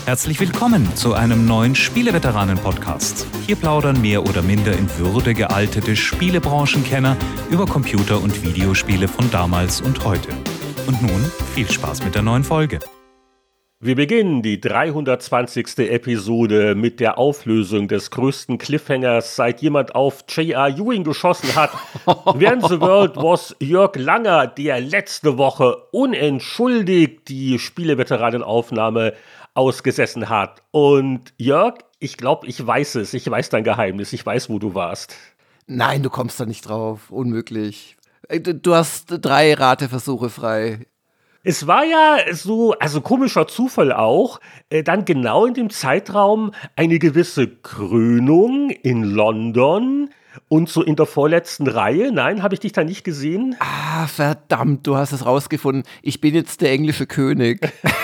Herzlich willkommen zu einem neuen Spieleveteranen-Podcast. Hier plaudern mehr oder minder in Würde gealtete Spielebranchenkenner über Computer- und Videospiele von damals und heute. Und nun viel Spaß mit der neuen Folge. Wir beginnen die 320. Episode mit der Auflösung des größten Cliffhangers, seit jemand auf J.R. Ewing geschossen hat. Während The World was Jörg Langer, der letzte Woche unentschuldigt die Spieleveteranenaufnahme ausgesessen hat. Und Jörg, ich glaube, ich weiß es. Ich weiß dein Geheimnis. Ich weiß, wo du warst. Nein, du kommst da nicht drauf. Unmöglich. Du hast 3 Rateversuche frei. Es war ja so, also komischer Zufall auch, dann genau in dem Zeitraum eine gewisse Krönung in London und so in der vorletzten Reihe. Nein, habe ich dich da nicht gesehen? Ah, verdammt, du hast es rausgefunden. Ich bin jetzt der englische König.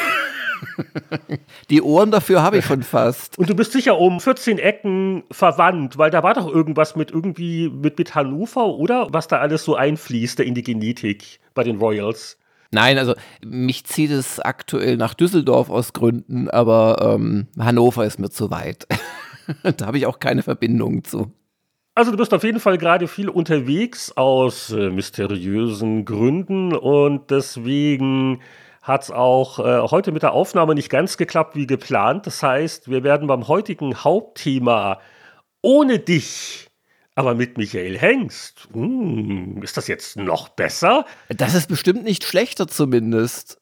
Die Ohren dafür habe ich schon fast. Und du bist sicher um 14 Ecken verwandt, weil da war doch irgendwas mit Hannover, oder? Was da alles so einfließt in die Genetik bei den Royals. Nein, also mich zieht es aktuell nach Düsseldorf aus Gründen, aber Hannover ist mir zu weit. Da habe ich auch keine Verbindung zu. Also du bist auf jeden Fall gerade viel unterwegs aus mysteriösen Gründen und deswegen hat es auch heute mit der Aufnahme nicht ganz geklappt wie geplant. Das heißt, wir werden beim heutigen Hauptthema ohne dich, aber mit Michael Hengst. Ist das jetzt noch besser? Das ist bestimmt nicht schlechter zumindest.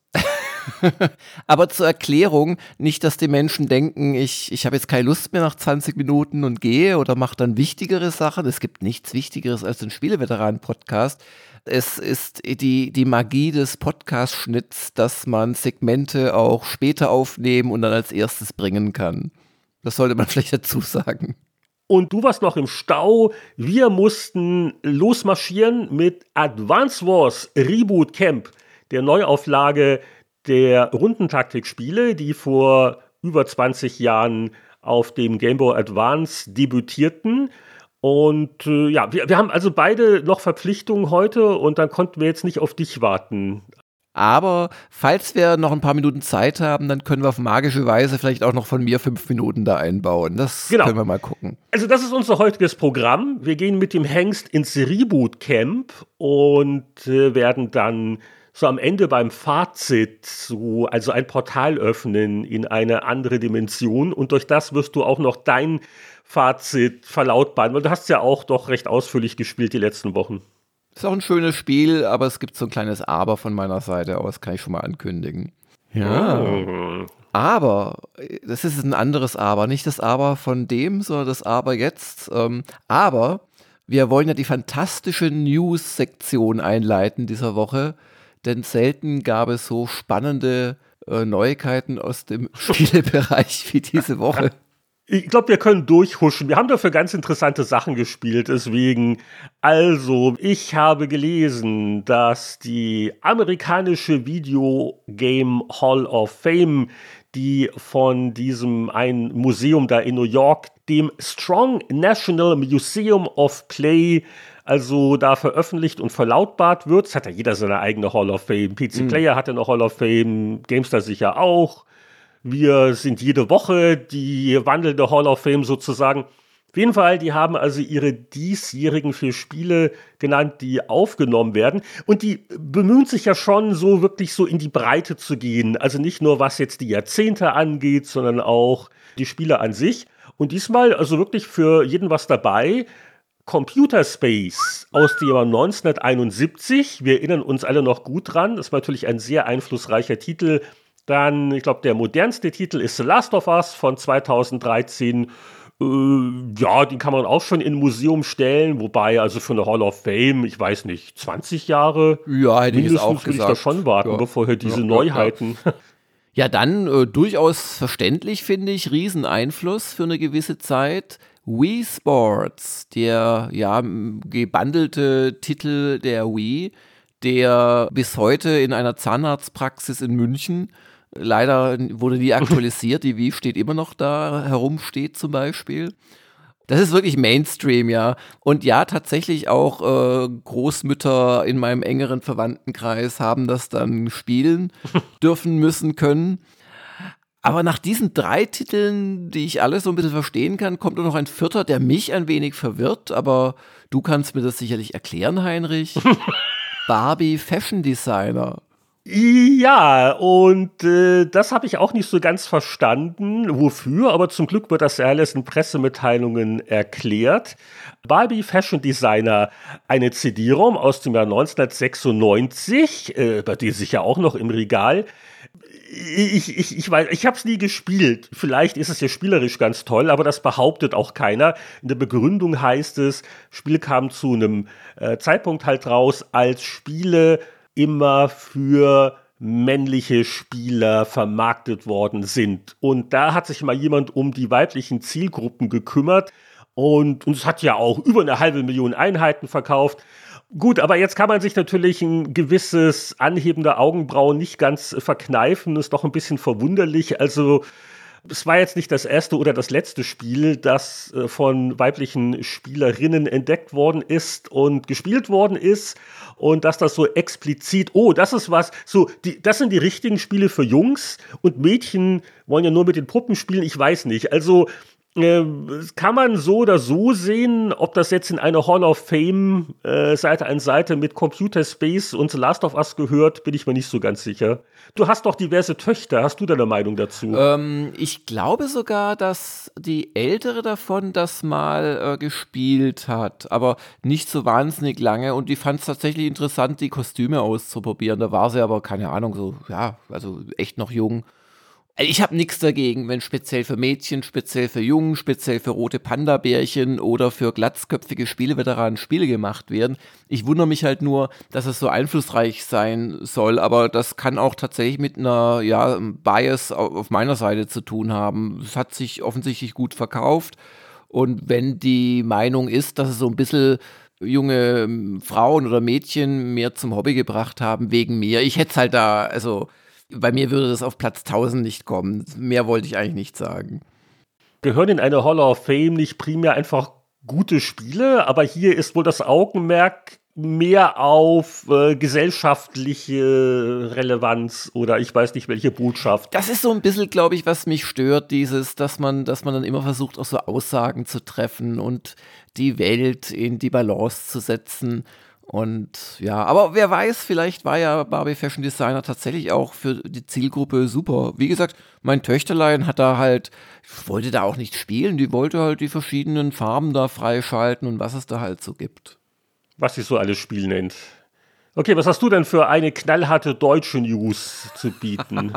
Aber zur Erklärung, nicht, dass die Menschen denken, ich habe jetzt keine Lust mehr nach 20 Minuten und gehe oder mache dann wichtigere Sachen. Es gibt nichts Wichtigeres als den Spieleveteranen-Podcast. Es ist die Magie des Podcast-Schnitts, dass man Segmente auch später aufnehmen und dann als erstes bringen kann. Das sollte man vielleicht dazu sagen. Und du warst noch im Stau. Wir mussten losmarschieren mit Advance Wars Reboot Camp, der Neuauflage der Rundentaktikspiele, die vor über 20 Jahren auf dem Game Boy Advance debütierten. Und wir haben also beide noch Verpflichtungen heute und dann konnten wir jetzt nicht auf dich warten. Aber falls wir noch ein paar Minuten Zeit haben, dann können wir auf magische Weise vielleicht auch noch von mir 5 Minuten da einbauen. Das können wir mal gucken. Also das ist unser heutiges Programm. Wir gehen mit dem Hengst ins Reboot Camp und werden dann so am Ende beim Fazit also ein Portal öffnen in eine andere Dimension. Und durch das wirst du auch noch dein Fazit verlautbaren, weil du hast ja auch doch recht ausführlich gespielt die letzten Wochen. Ist auch ein schönes Spiel, aber es gibt so ein kleines Aber von meiner Seite aus, kann ich schon mal ankündigen. Ja. Aber, das ist ein anderes Aber, nicht das Aber von dem, sondern das Aber jetzt. Aber wir wollen ja die fantastische News-Sektion einleiten dieser Woche, denn selten gab es so spannende Neuigkeiten aus dem Spielebereich wie diese Woche. Ich glaube, wir können durchhuschen. Wir haben dafür ganz interessante Sachen gespielt, deswegen. Also, ich habe gelesen, dass die amerikanische Video Game Hall of Fame, die von diesem ein Museum da in New York, dem Strong National Museum of Play, also da veröffentlicht und verlautbart wird. Es hat ja jeder seine eigene Hall of Fame. PC Player hat ja eine Hall of Fame, GameStar sicher auch. Wir sind jede Woche die wandelnde Hall of Fame sozusagen. Auf jeden Fall, die haben also ihre diesjährigen 4 Spiele genannt, die aufgenommen werden. Und die bemühen sich ja schon so wirklich so in die Breite zu gehen. Also nicht nur was jetzt die Jahrzehnte angeht, sondern auch die Spiele an sich. Und diesmal also wirklich für jeden was dabei. Computer Space aus dem Jahr 1971. Wir erinnern uns alle noch gut dran. Das war natürlich ein sehr einflussreicher Titel. Dann, ich glaube, der modernste Titel ist The Last of Us von 2013. Den kann man auch schon in ein Museum stellen, wobei also für eine Hall of Fame, ich weiß nicht, 20 Jahre ja, hätte ich es auch gesagt. Würde ich da schon warten, bevor hier diese Neuheiten. Ja, dann durchaus verständlich, finde ich, Rieseneinfluss für eine gewisse Zeit. Wii Sports, der gebundelte Titel der Wii, der bis heute in einer Zahnarztpraxis in München, leider wurde die aktualisiert, die Wii steht immer noch da, herumsteht zum Beispiel. Das ist wirklich Mainstream, ja. Und ja, tatsächlich auch Großmütter in meinem engeren Verwandtenkreis haben das dann spielen dürfen, müssen, können. Aber nach diesen 3 Titeln, die ich alle so ein bisschen verstehen kann, kommt nur noch ein 4., der mich ein wenig verwirrt, aber du kannst mir das sicherlich erklären, Heinrich. Barbie Fashion Designer. Ja, und das habe ich auch nicht so ganz verstanden, wofür, aber zum Glück wird das ja alles in Pressemitteilungen erklärt. Barbie Fashion Designer, eine CD-ROM aus dem Jahr 1996, bei dir sicher auch noch im Regal. Ich weiß, ich habe es nie gespielt. Vielleicht ist es ja spielerisch ganz toll, aber das behauptet auch keiner. In der Begründung heißt es, Spiel kam zu einem Zeitpunkt halt raus, als Spiele immer für männliche Spieler vermarktet worden sind. Und da hat sich mal jemand um die weiblichen Zielgruppen gekümmert und es hat ja auch über 500.000 Einheiten verkauft. Gut, aber jetzt kann man sich natürlich ein gewisses Anheben der Augenbrauen nicht ganz verkneifen. Ist doch ein bisschen verwunderlich. Also es war jetzt nicht das erste oder das letzte Spiel, das von weiblichen Spielerinnen entdeckt worden ist und gespielt worden ist. Und dass das so explizit, das ist was, das sind die richtigen Spiele für Jungs und Mädchen wollen ja nur mit den Puppen spielen, ich weiß nicht. Also kann man so oder so sehen, ob das jetzt in eine Hall of Fame Seite an Seite mit Computer Space und The Last of Us gehört, bin ich mir nicht so ganz sicher. Du hast doch diverse Töchter, hast du deine Meinung dazu? Ich glaube sogar, dass die ältere davon das mal gespielt hat, aber nicht so wahnsinnig lange und die fand es tatsächlich interessant, die Kostüme auszuprobieren. Da war sie aber, keine Ahnung, so, ja, also echt noch jung. Ich habe nichts dagegen, wenn speziell für Mädchen, speziell für Jungen, speziell für rote Panda-Bärchen oder für glatzköpfige Spieleveteranen Spiele gemacht werden. Ich wundere mich halt nur, dass es so einflussreich sein soll, aber das kann auch tatsächlich mit einer Bias auf meiner Seite zu tun haben. Es hat sich offensichtlich gut verkauft und wenn die Meinung ist, dass es so ein bisschen junge Frauen oder Mädchen mehr zum Hobby gebracht haben, wegen mir, ich hätte es halt da, also bei mir würde das auf Platz 1000 nicht kommen. Mehr wollte ich eigentlich nicht sagen. Gehören in eine Hall of Fame nicht primär einfach gute Spiele, aber hier ist wohl das Augenmerk mehr auf gesellschaftliche Relevanz oder ich weiß nicht welche Botschaft. Das ist so ein bisschen, glaube ich, was mich stört, dass man dann immer versucht, auch so Aussagen zu treffen und die Welt in die Balance zu setzen. Und ja, aber wer weiß, vielleicht war ja Barbie Fashion Designer tatsächlich auch für die Zielgruppe super. Wie gesagt, mein Töchterlein wollte da auch nicht spielen, die wollte halt die verschiedenen Farben da freischalten und was es da halt so gibt. Was sich so alles Spiel nennt. Okay, was hast du denn für eine knallharte deutsche News zu bieten?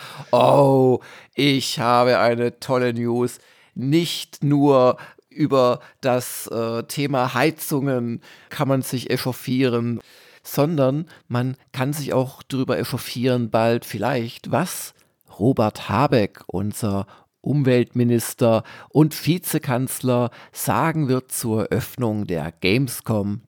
Oh, ich habe eine tolle News. Nicht nur über das Thema Heizungen kann man sich echauffieren, sondern man kann sich auch darüber echauffieren bald vielleicht, was Robert Habeck, unser Umweltminister und Vizekanzler, sagen wird zur Eröffnung der Gamescom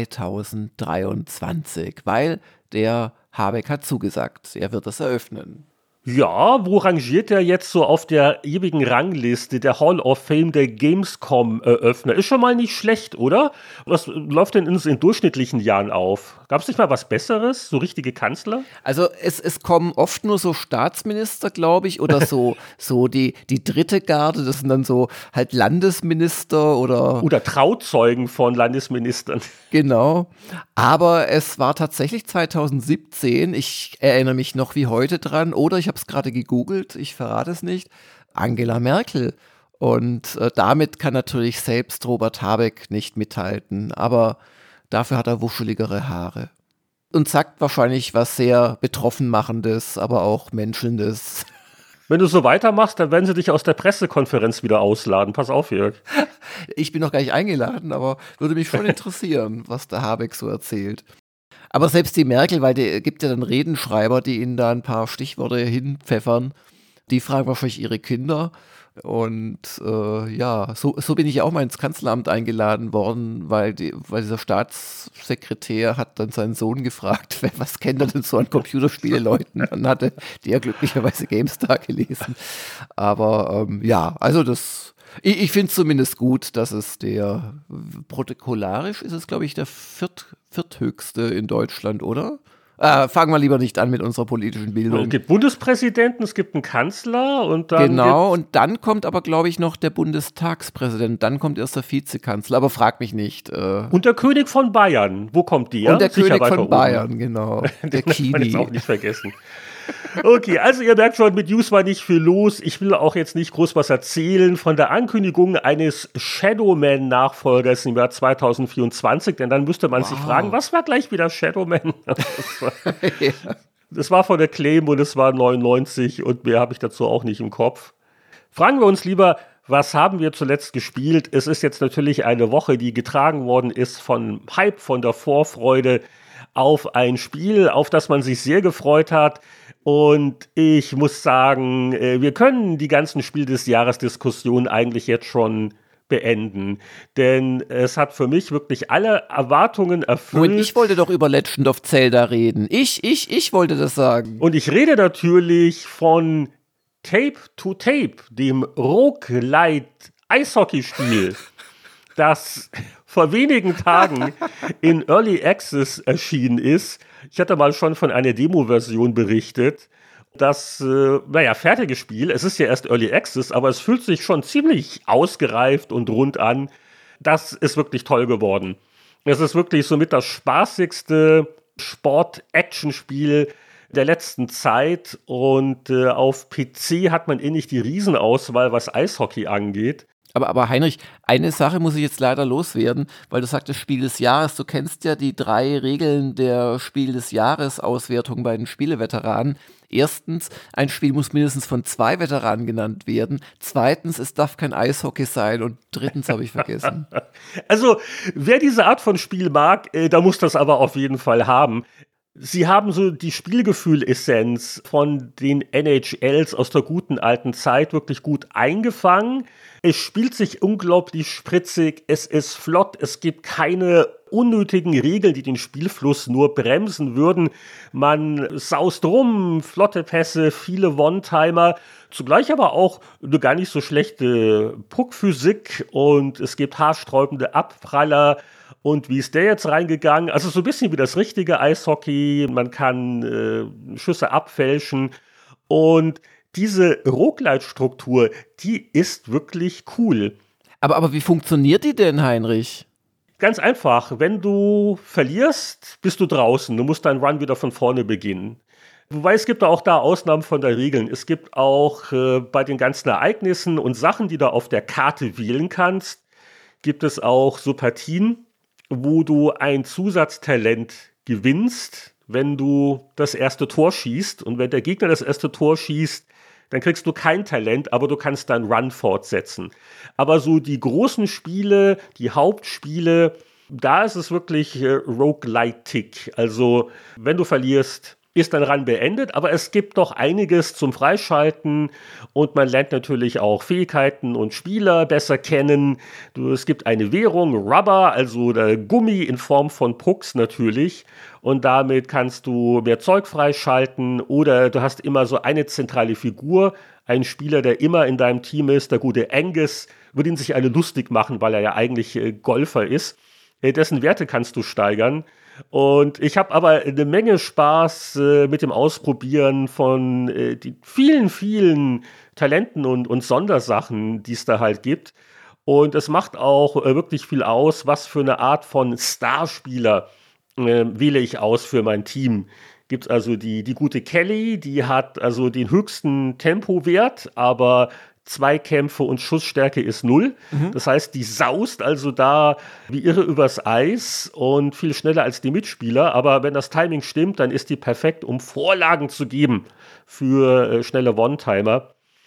2023, weil der Habeck hat zugesagt, er wird das eröffnen. Ja, wo rangiert er jetzt so auf der ewigen Rangliste der Hall of Fame der Gamescom-Eröffner? Ist schon mal nicht schlecht, oder? Was läuft denn in durchschnittlichen Jahren auf? Gab es nicht mal was Besseres? So richtige Kanzler? Also es kommen oft nur so Staatsminister, glaube ich, oder so die dritte Garde, das sind dann so halt Landesminister oder Trauzeugen von Landesministern. Genau, aber es war tatsächlich 2017, ich erinnere mich noch wie heute dran, oder ich habe es gerade gegoogelt, ich verrate es nicht, Angela Merkel. Und damit kann natürlich selbst Robert Habeck nicht mithalten, aber dafür hat er wuscheligere Haare. Und sagt wahrscheinlich was sehr Betroffenmachendes, aber auch Menschelndes. Wenn du so weitermachst, dann werden sie dich aus der Pressekonferenz wieder ausladen. Pass auf, Jörg. Ich bin noch gar nicht eingeladen, aber würde mich schon interessieren, was der Habeck so erzählt. Aber selbst die Merkel, weil die gibt ja dann Redenschreiber, die ihnen da ein paar Stichworte hinpfeffern, die fragen wahrscheinlich ihre Kinder. Und so bin ich auch mal ins Kanzleramt eingeladen worden, weil dieser Staatssekretär hat dann seinen Sohn gefragt, was kennt er denn so an Computerspiele-Leuten? Dann hatte der glücklicherweise GameStar gelesen. Aber ich finde es zumindest gut, dass es protokollarisch ist es, glaube ich, der vierthöchste in Deutschland, oder? Fangen wir lieber nicht an mit unserer politischen Bildung. Es gibt Bundespräsidenten, es gibt einen Kanzler und dann. Genau, und dann kommt aber, glaube ich, noch der Bundestagspräsident. Dann kommt erst der Vizekanzler, aber frag mich nicht. Und der König von Bayern, wo kommt der? Und der Sicher König von Bayern, oben. genau. Der Den darf man jetzt Kiwi. auch nicht vergessen. Okay, also ihr merkt schon, mit News war nicht viel los. Ich will auch jetzt nicht groß was erzählen von der Ankündigung eines Shadowman-Nachfolgers im Jahr 2024, denn dann müsste man sich fragen, was war gleich wieder Shadowman? Das war von Acclaim und es war 99 und mehr habe ich dazu auch nicht im Kopf. Fragen wir uns lieber, was haben wir zuletzt gespielt? Es ist jetzt natürlich eine Woche, die getragen worden ist von Hype, von der Vorfreude auf ein Spiel, auf das man sich sehr gefreut hat. Und ich muss sagen, wir können die ganzen Spiel des Jahres Diskussionen eigentlich jetzt schon beenden. Denn es hat für mich wirklich alle Erwartungen erfüllt. Und ich wollte doch über Legend of Zelda reden. Ich wollte das sagen. Und ich rede natürlich von Tape to Tape, dem Roguelite-Eishockeyspiel, das vor wenigen Tagen in Early Access erschienen ist. Ich hatte mal schon von einer Demo-Version berichtet. Das, fertige Spiel, es ist ja erst Early Access, aber es fühlt sich schon ziemlich ausgereift und rund an. Das ist wirklich toll geworden. Es ist wirklich somit das spaßigste Sport-Action-Spiel der letzten Zeit und auf PC hat man nicht die Riesenauswahl, was Eishockey angeht. Aber Heinrich, eine Sache muss ich jetzt leider loswerden, weil du sagtest Spiel des Jahres. Du kennst ja die 3 Regeln der Spiel des Jahres-Auswertung bei den Spieleveteranen. Erstens, ein Spiel muss mindestens von 2 Veteranen genannt werden. Zweitens, es darf kein Eishockey sein. Und drittens habe ich vergessen. Also, wer diese Art von Spiel mag, da muss das aber auf jeden Fall haben. Sie haben so die Spielgefühl-Essenz von den NHLs aus der guten alten Zeit wirklich gut eingefangen. Es spielt sich unglaublich spritzig, es ist flott, es gibt keine unnötigen Regeln, die den Spielfluss nur bremsen würden. Man saust rum, flotte Pässe, viele One-Timer, zugleich aber auch eine gar nicht so schlechte Puckphysik und es gibt haarsträubende Abpraller. Und wie ist der jetzt reingegangen? Also so ein bisschen wie das richtige Eishockey. Man kann Schüsse abfälschen. Und diese Roguelite-Struktur, die ist wirklich cool. Aber wie funktioniert die denn, Heinrich? Ganz einfach. Wenn du verlierst, bist du draußen. Du musst deinen Run wieder von vorne beginnen. Wobei es gibt auch da Ausnahmen von der Regeln. Es gibt auch bei den ganzen Ereignissen und Sachen, die du auf der Karte wählen kannst, gibt es auch so Partien, wo du ein Zusatztalent gewinnst, wenn du das erste Tor schießt. Und wenn der Gegner das erste Tor schießt, dann kriegst du kein Talent, aber du kannst deinen Run fortsetzen. Aber so die großen Spiele, die Hauptspiele, da ist es wirklich roguelite-ig. Also wenn du verlierst, ist dein Run beendet, aber es gibt doch einiges zum Freischalten und man lernt natürlich auch Fähigkeiten und Spieler besser kennen. Es gibt eine Währung, Rubber, also der Gummi in Form von Pucks natürlich und damit kannst du mehr Zeug freischalten oder du hast immer so eine zentrale Figur, einen Spieler, der immer in deinem Team ist, der gute Angus, über den sich alle lustig machen, weil er ja eigentlich Golfer ist. Dessen Werte kannst du steigern. Und ich habe aber eine Menge Spaß mit dem Ausprobieren von den vielen, vielen Talenten und Sondersachen, die es da halt gibt. Und es macht auch wirklich viel aus, was für eine Art von Starspieler wähle ich aus für mein Team. Gibt es also die gute Kelly, die hat also den höchsten Tempowert, aber Zweikämpfe und Schussstärke ist 0. Das heißt, die saust also da wie irre übers Eis und viel schneller als die Mitspieler. Aber wenn das Timing stimmt, dann ist die perfekt, um Vorlagen zu geben für schnelle One-Timer.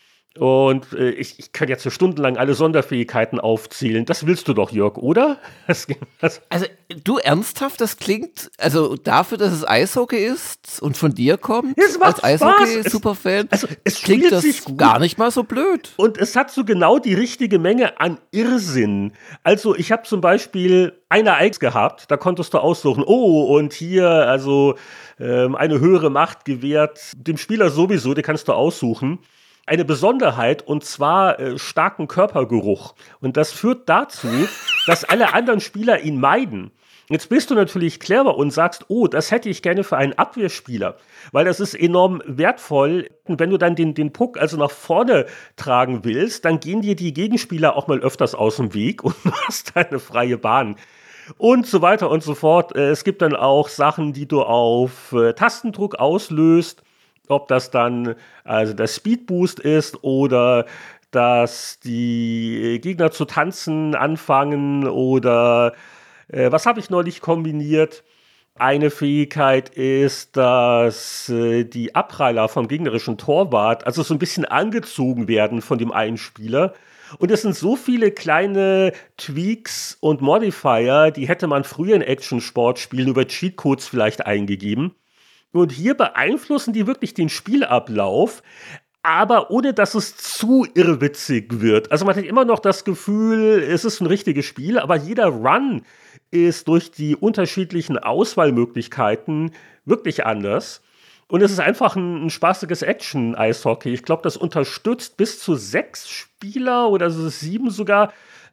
Und ich kann jetzt so stundenlang alle Sonderfähigkeiten aufzählen. Das willst du doch, Jörg, oder? Also du ernsthaft, das klingt, also dafür, dass es Eishockey ist und von dir kommt, es macht als Eishockey-Superfan, es klingt das sich gut. gar nicht mal so blöd. Und es hat so genau die richtige Menge an Irrsinn. Also ich habe zum Beispiel ein Ereignis gehabt, da konntest du aussuchen, und hier also eine höhere Macht gewährt dem Spieler sowieso, die kannst du aussuchen. Eine Besonderheit, und zwar starken Körpergeruch. Und das führt dazu, dass alle anderen Spieler ihn meiden. Jetzt bist du natürlich clever und sagst, oh, das hätte ich gerne für einen Abwehrspieler, weil das ist enorm wertvoll. Und wenn du dann den Puck also nach vorne tragen willst, dann gehen dir die Gegenspieler auch mal öfters aus dem Weg und du hast eine freie Bahn. Und so weiter und so fort. Es gibt dann auch Sachen, die du auf Tastendruck auslöst, ob das dann also der Speedboost ist oder dass die Gegner zu tanzen anfangen oder was habe ich neulich kombiniert? Eine Fähigkeit ist, dass die Abpraller vom gegnerischen Torwart also so ein bisschen angezogen werden von dem einen Spieler. Und es sind so viele kleine Tweaks und Modifier, die hätte man früher in Action-Sportspielen über Cheatcodes vielleicht eingegeben. Und hier beeinflussen die wirklich den Spielablauf, aber ohne dass es zu irrwitzig wird. Also man hat immer noch das Gefühl, es ist ein richtiges Spiel, aber jeder Run ist durch die unterschiedlichen Auswahlmöglichkeiten wirklich anders. Und es ist einfach ein spaßiges Action-Eishockey. Ich glaube, das unterstützt bis zu 6 Spieler oder 7 sogar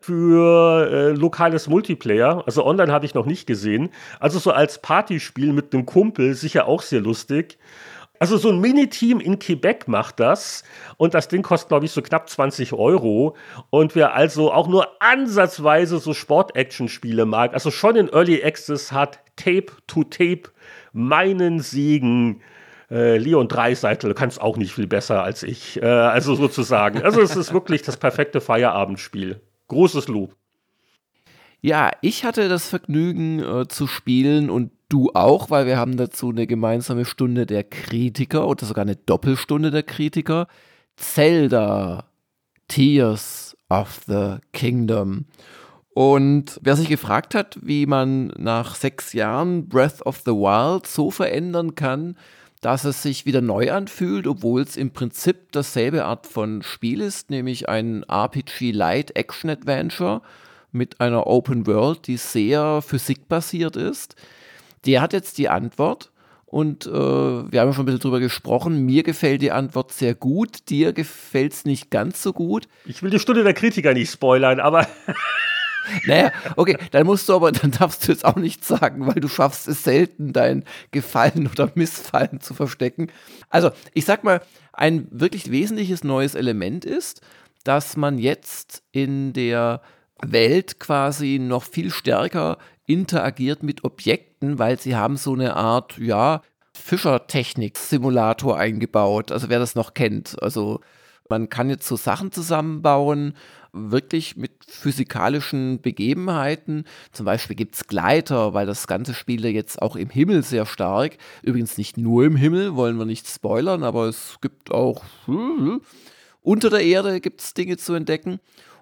für lokales Multiplayer. Also online habe ich noch nicht gesehen. Also so als Partyspiel mit einem Kumpel sicher auch sehr lustig. Also so ein Miniteam in Quebec macht das und das Ding kostet, glaube ich, so knapp 20 €. Und wer also auch nur ansatzweise so Sport-Action-Spiele mag, also schon in Early Access hat, Tape to Tape, meinen Segen, Leon Draisaitl, du kannst auch nicht viel besser als ich, also sozusagen. Also es ist wirklich das perfekte Feierabendspiel. Großes Lob. Ja, ich hatte das Vergnügen zu spielen und du auch, weil wir haben dazu eine gemeinsame Stunde der Kritiker oder sogar eine Doppelstunde der Kritiker. Zelda Tears of the Kingdom. Und wer sich gefragt hat, wie man nach 6 Jahren Breath of the Wild so verändern kann, dass es sich wieder neu anfühlt, obwohl es im Prinzip dasselbe Art von Spiel ist, nämlich ein RPG-Light-Action-Adventure mit einer Open World, die sehr physikbasiert ist. Der hat jetzt die Antwort und wir haben ja schon ein bisschen drüber gesprochen. Mir gefällt die Antwort sehr gut, dir gefällt es nicht ganz so gut. Ich will die Stunde der Kritiker nicht spoilern, aber... Naja, okay, dann darfst du jetzt auch nichts sagen, weil du schaffst es selten, dein Gefallen oder Missfallen zu verstecken. Also, ich sag mal, ein wirklich wesentliches neues Element ist, dass man jetzt in der Welt quasi noch viel stärker interagiert mit Objekten, weil sie haben so eine Art, ja, Fischertechnik-Simulator eingebaut. Also wer das noch kennt. Also man kann jetzt so Sachen zusammenbauen, wirklich mit physikalischen Begebenheiten. Zum Beispiel gibt es Gleiter, weil das ganze Spiel ja jetzt auch im Himmel sehr stark. Übrigens nicht nur im Himmel, wollen wir nicht spoilern, aber es gibt auch unter der Erde gibt es Dinge zu entdecken.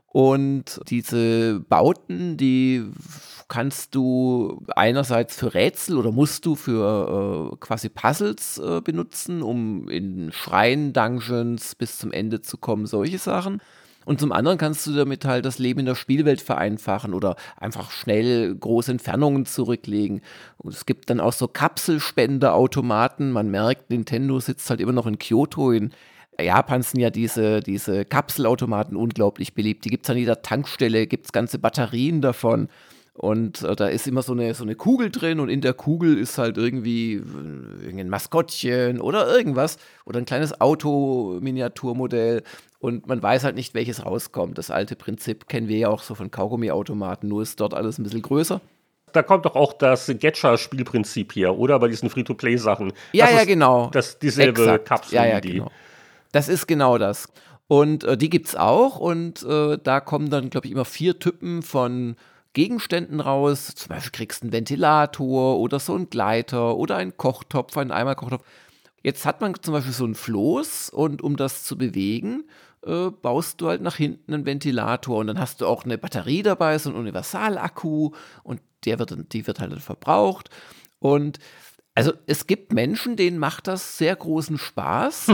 Und diese Bauten, die kannst du einerseits für Rätsel oder musst du für quasi Puzzles benutzen, um in Schrein-Dungeons bis zum Ende zu kommen, solche Sachen. Und zum anderen kannst du damit halt das Leben in der Spielwelt vereinfachen oder einfach schnell große Entfernungen zurücklegen. Und es gibt dann auch so Kapselspenderautomaten. Man merkt, Nintendo sitzt halt immer noch in Kyoto. In Japan sind ja diese Kapselautomaten unglaublich beliebt. Die gibt es an jeder Tankstelle, gibt es ganze Batterien davon. Und da ist immer so eine Kugel drin und in der Kugel ist halt irgendwie ein Maskottchen oder irgendwas oder ein kleines Auto-Miniaturmodell und man weiß halt nicht, welches rauskommt. Das alte Prinzip kennen wir ja auch so von Kaugummi-Automaten, nur ist dort alles ein bisschen größer. Da kommt doch auch das Gacha-Spielprinzip her, oder? Bei diesen Free-to-Play-Sachen. Ja, genau. Das dieselbe Kapsel-Idee. Ja, genau. Das ist genau das. Und die gibt's auch und da kommen dann, glaube ich, immer 4 Typen von Gegenständen raus. Zum Beispiel kriegst du einen Ventilator oder so einen Gleiter oder einen Kochtopf, einen Eimerkochtopf. Jetzt hat man zum Beispiel so ein Floß und um das zu bewegen, baust du halt nach hinten einen Ventilator und dann hast du auch eine Batterie dabei, so einen Universalakku und die wird halt dann verbraucht. Und also es gibt Menschen, denen macht das sehr großen Spaß.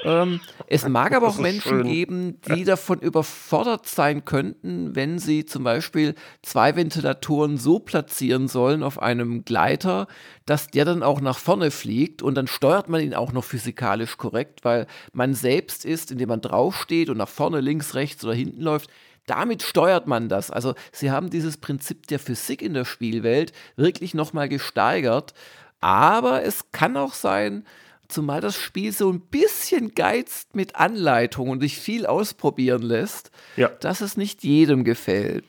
Es mag aber auch Menschen geben, die davon überfordert sein könnten, wenn sie zum Beispiel 2 Ventilatoren so platzieren sollen auf einem Gleiter, dass der dann auch nach vorne fliegt und dann steuert man ihn auch noch physikalisch korrekt, weil man selbst ist, indem man draufsteht und nach vorne, links, rechts oder hinten läuft, damit steuert man das. Also sie haben dieses Prinzip der Physik in der Spielwelt wirklich nochmal gesteigert. Aber es kann auch sein, zumal das Spiel so ein bisschen geizt mit Anleitung und dich viel ausprobieren lässt, dass es nicht jedem gefällt.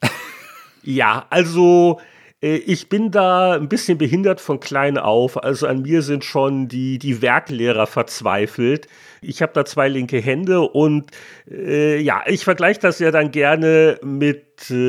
Ja, also ich bin da ein bisschen behindert von klein auf. Also an mir sind schon die Werklehrer verzweifelt. Ich habe da 2 linke Hände und ich vergleiche das ja dann gerne mit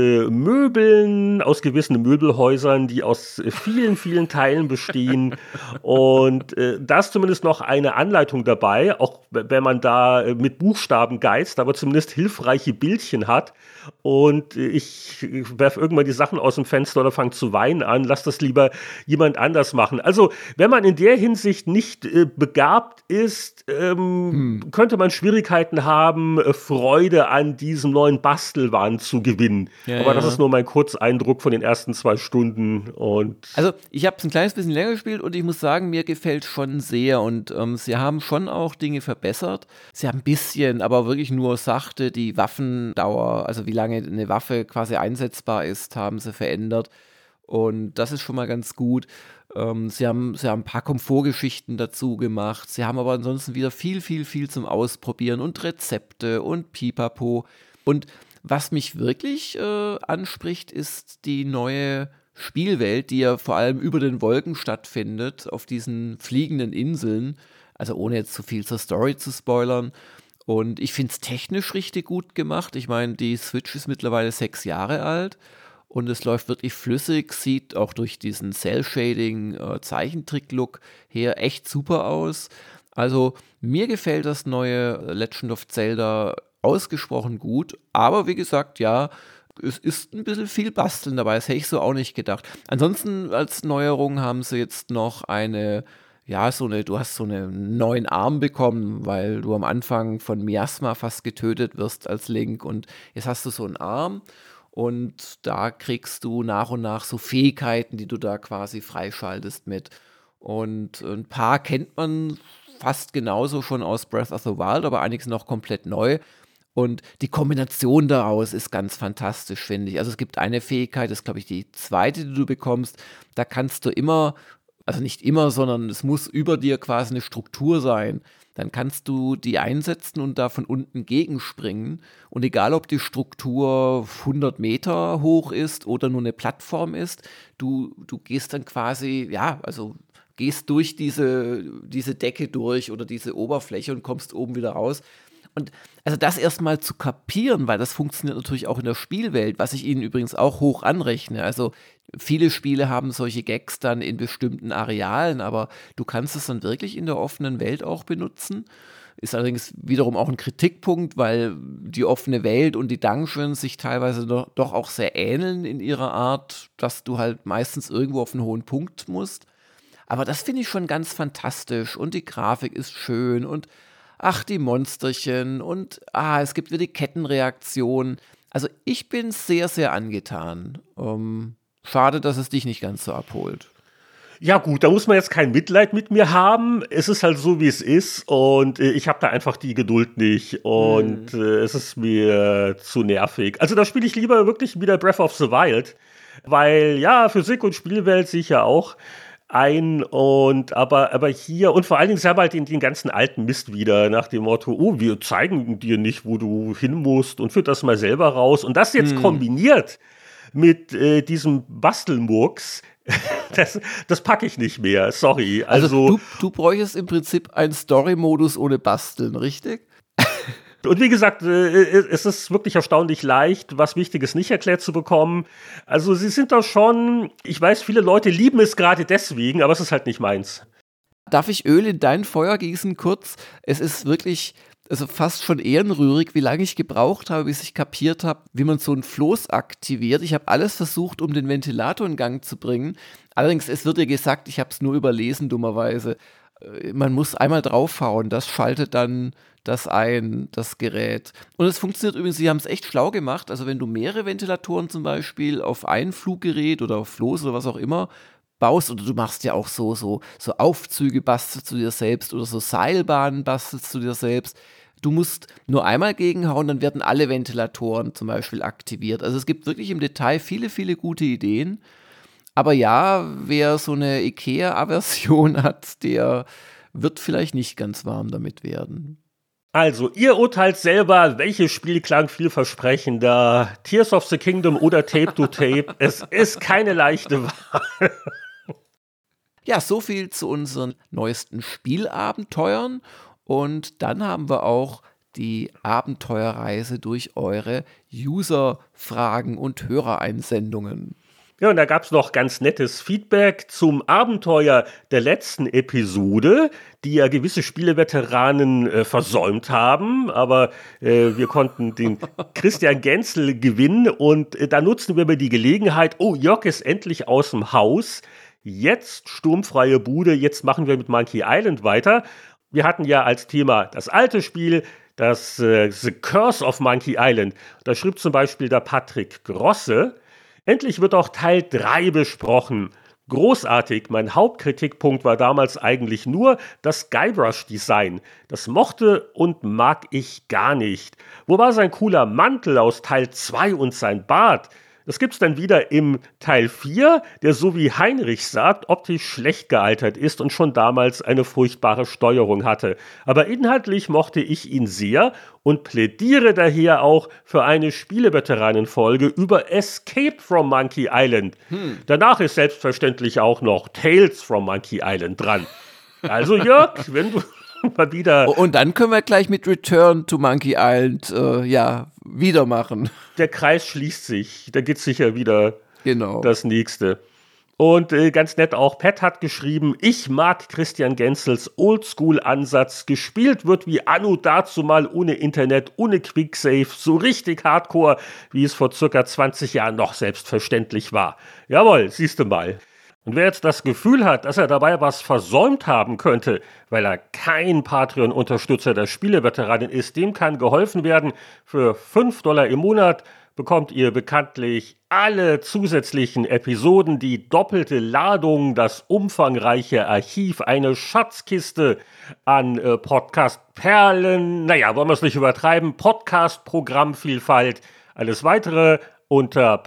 Möbeln aus gewissen Möbelhäusern, die aus vielen, vielen Teilen bestehen. Und da ist zumindest noch eine Anleitung dabei, auch wenn man da mit Buchstaben geizt, aber zumindest hilfreiche Bildchen hat. Und ich werfe irgendwann die Sachen aus dem Fenster oder fange zu weinen an. Lass das lieber jemand anders machen. Also, wenn man in der Hinsicht nicht begabt ist, könnte man Schwierigkeiten haben, Freude an diesem neuen Bastelwahn zu gewinnen. Aber das ist nur mein Kurzeindruck von den ersten 2 Stunden. Also, ich habe es ein kleines bisschen länger gespielt und ich muss sagen, mir gefällt schon sehr. Und sie haben schon auch Dinge verbessert. Sie haben ein bisschen, aber wirklich nur sachte die Waffendauer, also wie lange eine Waffe quasi einsetzbar ist, haben sie verändert. Und das ist schon mal ganz gut. Sie haben ein paar Komfortgeschichten dazu gemacht. Sie haben aber ansonsten wieder viel, viel, viel zum Ausprobieren und Rezepte und Pipapo. Und was mich wirklich anspricht, ist die neue Spielwelt, die ja vor allem über den Wolken stattfindet, auf diesen fliegenden Inseln. Also ohne jetzt zu viel zur Story zu spoilern. Und ich finde es technisch richtig gut gemacht. Ich meine, die Switch ist mittlerweile 6 Jahre alt und es läuft wirklich flüssig, sieht auch durch diesen Cell-Shading-Zeichentrick-Look her echt super aus. Also mir gefällt das neue Legend of Zelda ausgesprochen gut, aber wie gesagt, ja, es ist ein bisschen viel Basteln dabei, das hätte ich so auch nicht gedacht. Ansonsten als Neuerung haben sie jetzt noch du hast so einen neuen Arm bekommen, weil du am Anfang von Miasma fast getötet wirst als Link und jetzt hast du so einen Arm und da kriegst du nach und nach so Fähigkeiten, die du da quasi freischaltest mit. Und ein paar kennt man fast genauso schon aus Breath of the Wild, aber einiges noch komplett neu. Und die Kombination daraus ist ganz fantastisch, finde ich. Also es gibt eine Fähigkeit, das ist, glaube ich, die zweite, die du bekommst. Da kannst du immer, also nicht immer, sondern es muss über dir quasi eine Struktur sein. Dann kannst du die einsetzen und da von unten gegenspringen. Und egal, ob die Struktur 100 Meter hoch ist oder nur eine Plattform ist, du gehst dann quasi, gehst durch diese Decke durch oder diese Oberfläche und kommst oben wieder raus. Und also das erstmal zu kapieren, weil das funktioniert natürlich auch in der Spielwelt, was ich ihnen übrigens auch hoch anrechne. Also viele Spiele haben solche Gags dann in bestimmten Arealen, aber du kannst es dann wirklich in der offenen Welt auch benutzen. Ist allerdings wiederum auch ein Kritikpunkt, weil die offene Welt und die Dungeons sich teilweise doch auch sehr ähneln in ihrer Art, dass du halt meistens irgendwo auf einen hohen Punkt musst. Aber das finde ich schon ganz fantastisch und die Grafik ist schön und ach, die Monsterchen und es gibt wieder die Kettenreaktion. Also ich bin sehr, sehr angetan. Schade, dass es dich nicht ganz so abholt. Ja gut, da muss man jetzt kein Mitleid mit mir haben. Es ist halt so, wie es ist und ich habe da einfach die Geduld nicht und es ist mir zu nervig. Also da spiele ich lieber wirklich wieder Breath of the Wild, weil ja, Physik und Spielwelt sehe ich ja auch ein aber hier und vor allen Dingen, sie haben halt den ganzen alten Mist wieder nach dem Motto, oh, wir zeigen dir nicht, wo du hin musst und führt das mal selber raus und das jetzt kombiniert mit diesem Bastelmurks, das packe ich nicht mehr, sorry. Also du bräuchtest im Prinzip einen Story-Modus ohne Basteln, richtig? Und wie gesagt, es ist wirklich erstaunlich leicht, was Wichtiges nicht erklärt zu bekommen. Also sie sind da schon, ich weiß, viele Leute lieben es gerade deswegen, aber es ist halt nicht meins. Darf ich Öl in dein Feuer gießen kurz? Es ist wirklich, also fast schon ehrenrührig, wie lange ich gebraucht habe, bis ich kapiert habe, wie man so ein Floß aktiviert. Ich habe alles versucht, um den Ventilator in Gang zu bringen. Allerdings, es wird dir gesagt, ich habe es nur überlesen, dummerweise. Man muss einmal draufhauen, das schaltet dann das Gerät. Und es funktioniert übrigens, sie haben es echt schlau gemacht. Also wenn du mehrere Ventilatoren zum Beispiel auf ein Fluggerät oder auf Floß oder was auch immer baust, oder du machst ja auch so Aufzüge bastelst du dir selbst oder so Seilbahnen bastelst du dir selbst, Du musst nur einmal gegenhauen, dann werden alle Ventilatoren zum Beispiel aktiviert. Also es gibt wirklich im Detail viele, viele gute Ideen. Aber ja, wer so eine IKEA-Aversion hat, der wird vielleicht nicht ganz warm damit werden. Also, ihr urteilt selber, welches Spiel klang vielversprechender, Tears of the Kingdom oder Tape to Tape. Es ist keine leichte Wahl. Ja, so viel zu unseren neuesten Spielabenteuern. Und dann haben wir auch die Abenteuerreise durch eure User-Fragen und Hörereinsendungen. Ja, und da gab es noch ganz nettes Feedback zum Abenteuer der letzten Episode, die ja gewisse Spieleveteranen versäumt haben. Aber wir konnten den Christian Genzel gewinnen und da nutzen wir die Gelegenheit. Oh, Jörg ist endlich aus dem Haus. Jetzt sturmfreie Bude, jetzt machen wir mit Monkey Island weiter. Wir hatten ja als Thema das alte Spiel, das The Curse of Monkey Island. Da schrieb zum Beispiel der Patrick Grosse: Endlich wird auch Teil 3 besprochen. Großartig, mein Hauptkritikpunkt war damals eigentlich nur das Guybrush-Design. Das mochte und mag ich gar nicht. Wo war sein cooler Mantel aus Teil 2 und sein Bart? Das gibt's dann wieder im Teil 4, der so wie Heinrich sagt, optisch schlecht gealtert ist und schon damals eine furchtbare Steuerung hatte. Aber inhaltlich mochte ich ihn sehr und plädiere daher auch für eine Spieleveteranenfolge über Escape from Monkey Island. Danach ist selbstverständlich auch noch Tales from Monkey Island dran. Also Jörg, wenn du mal wieder... Und dann können wir gleich mit Return to Monkey Island wieder machen. Der Kreis schließt sich, da geht's sicher wieder das nächste. Und ganz nett auch, Pat hat geschrieben, ich mag Christian Genzels Oldschool-Ansatz. Gespielt wird wie anno dazumal ohne Internet, ohne Quicksave, so richtig hardcore, wie es vor circa 20 Jahren noch selbstverständlich war. Jawohl, siehst du mal. Und wer jetzt das Gefühl hat, dass er dabei was versäumt haben könnte, weil er kein Patreon-Unterstützer der Spieleveteranen ist, dem kann geholfen werden. Für $5 im Monat bekommt ihr bekanntlich alle zusätzlichen Episoden, die doppelte Ladung, das umfangreiche Archiv, eine Schatzkiste an Podcast-Perlen. Naja, wollen wir es nicht übertreiben. Podcast-Programmvielfalt. Alles weitere unter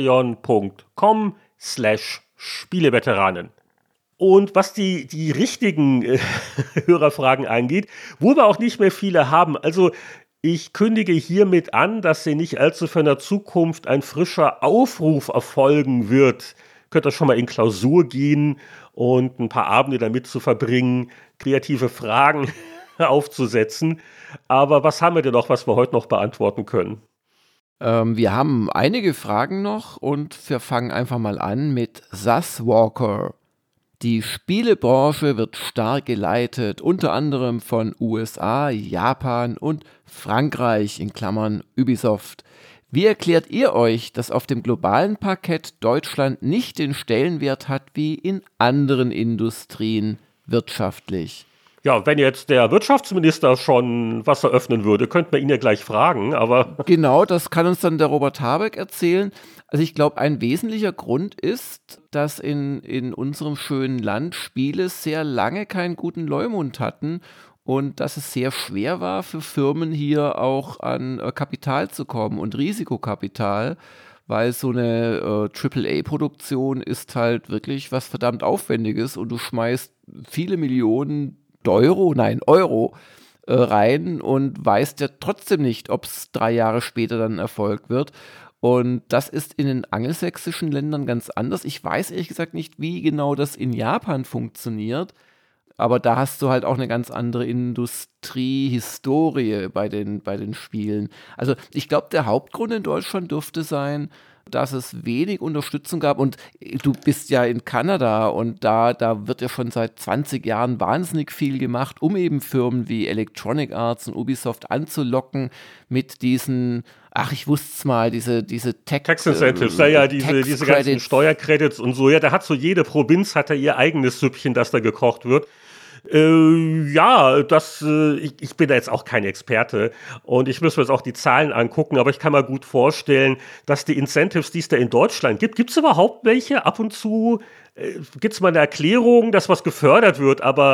patreon.com/Spieleveteranen. Und was die richtigen Hörerfragen angeht, wo wir auch nicht mehr viele haben, also ich kündige hiermit an, dass in nicht allzu ferner Zukunft ein frischer Aufruf erfolgen wird. Könnt ihr schon mal in Klausur gehen und ein paar Abende damit zu verbringen, kreative Fragen aufzusetzen. Aber was haben wir denn noch, was wir heute noch beantworten können? Wir haben einige Fragen noch und wir fangen einfach mal an mit Sass Walker. Die Spielebranche wird stark geleitet, unter anderem von USA, Japan und Frankreich in Klammern Ubisoft. Wie erklärt ihr euch, dass auf dem globalen Parkett Deutschland nicht den Stellenwert hat wie in anderen Industrien wirtschaftlich? Ja, wenn jetzt der Wirtschaftsminister schon was eröffnen würde, könnten wir ihn ja gleich fragen, aber... Genau, das kann uns dann der Robert Habeck erzählen. Also ich glaube, ein wesentlicher Grund ist, dass in unserem schönen Land Spiele sehr lange keinen guten Leumund hatten und dass es sehr schwer war für Firmen hier auch an Kapital zu kommen und Risikokapital, weil so eine AAA-Produktion ist halt wirklich was verdammt Aufwendiges und du schmeißt viele Millionen Euro rein und weißt ja trotzdem nicht, ob es 3 Jahre später dann ein Erfolg wird. Und das ist in den angelsächsischen Ländern ganz anders. Ich weiß ehrlich gesagt nicht, wie genau das in Japan funktioniert, aber da hast du halt auch eine ganz andere Industriehistorie bei den Spielen. Also ich glaube, der Hauptgrund in Deutschland dürfte sein, dass es wenig Unterstützung gab und du bist ja in Kanada und da wird ja schon seit 20 Jahren wahnsinnig viel gemacht, um eben Firmen wie Electronic Arts und Ubisoft anzulocken mit diesen, ich wusste es mal, diese Tax Incentives, diese ganzen Steuercredits und so, ja, da hat so jede Provinz hat ja ihr eigenes Süppchen, das da gekocht wird. Ich bin da jetzt auch kein Experte und ich muss mir jetzt auch die Zahlen angucken, aber ich kann mir gut vorstellen, dass die Incentives, die es da in Deutschland gibt es überhaupt welche? Ab und zu gibt es mal eine Erklärung, dass was gefördert wird, aber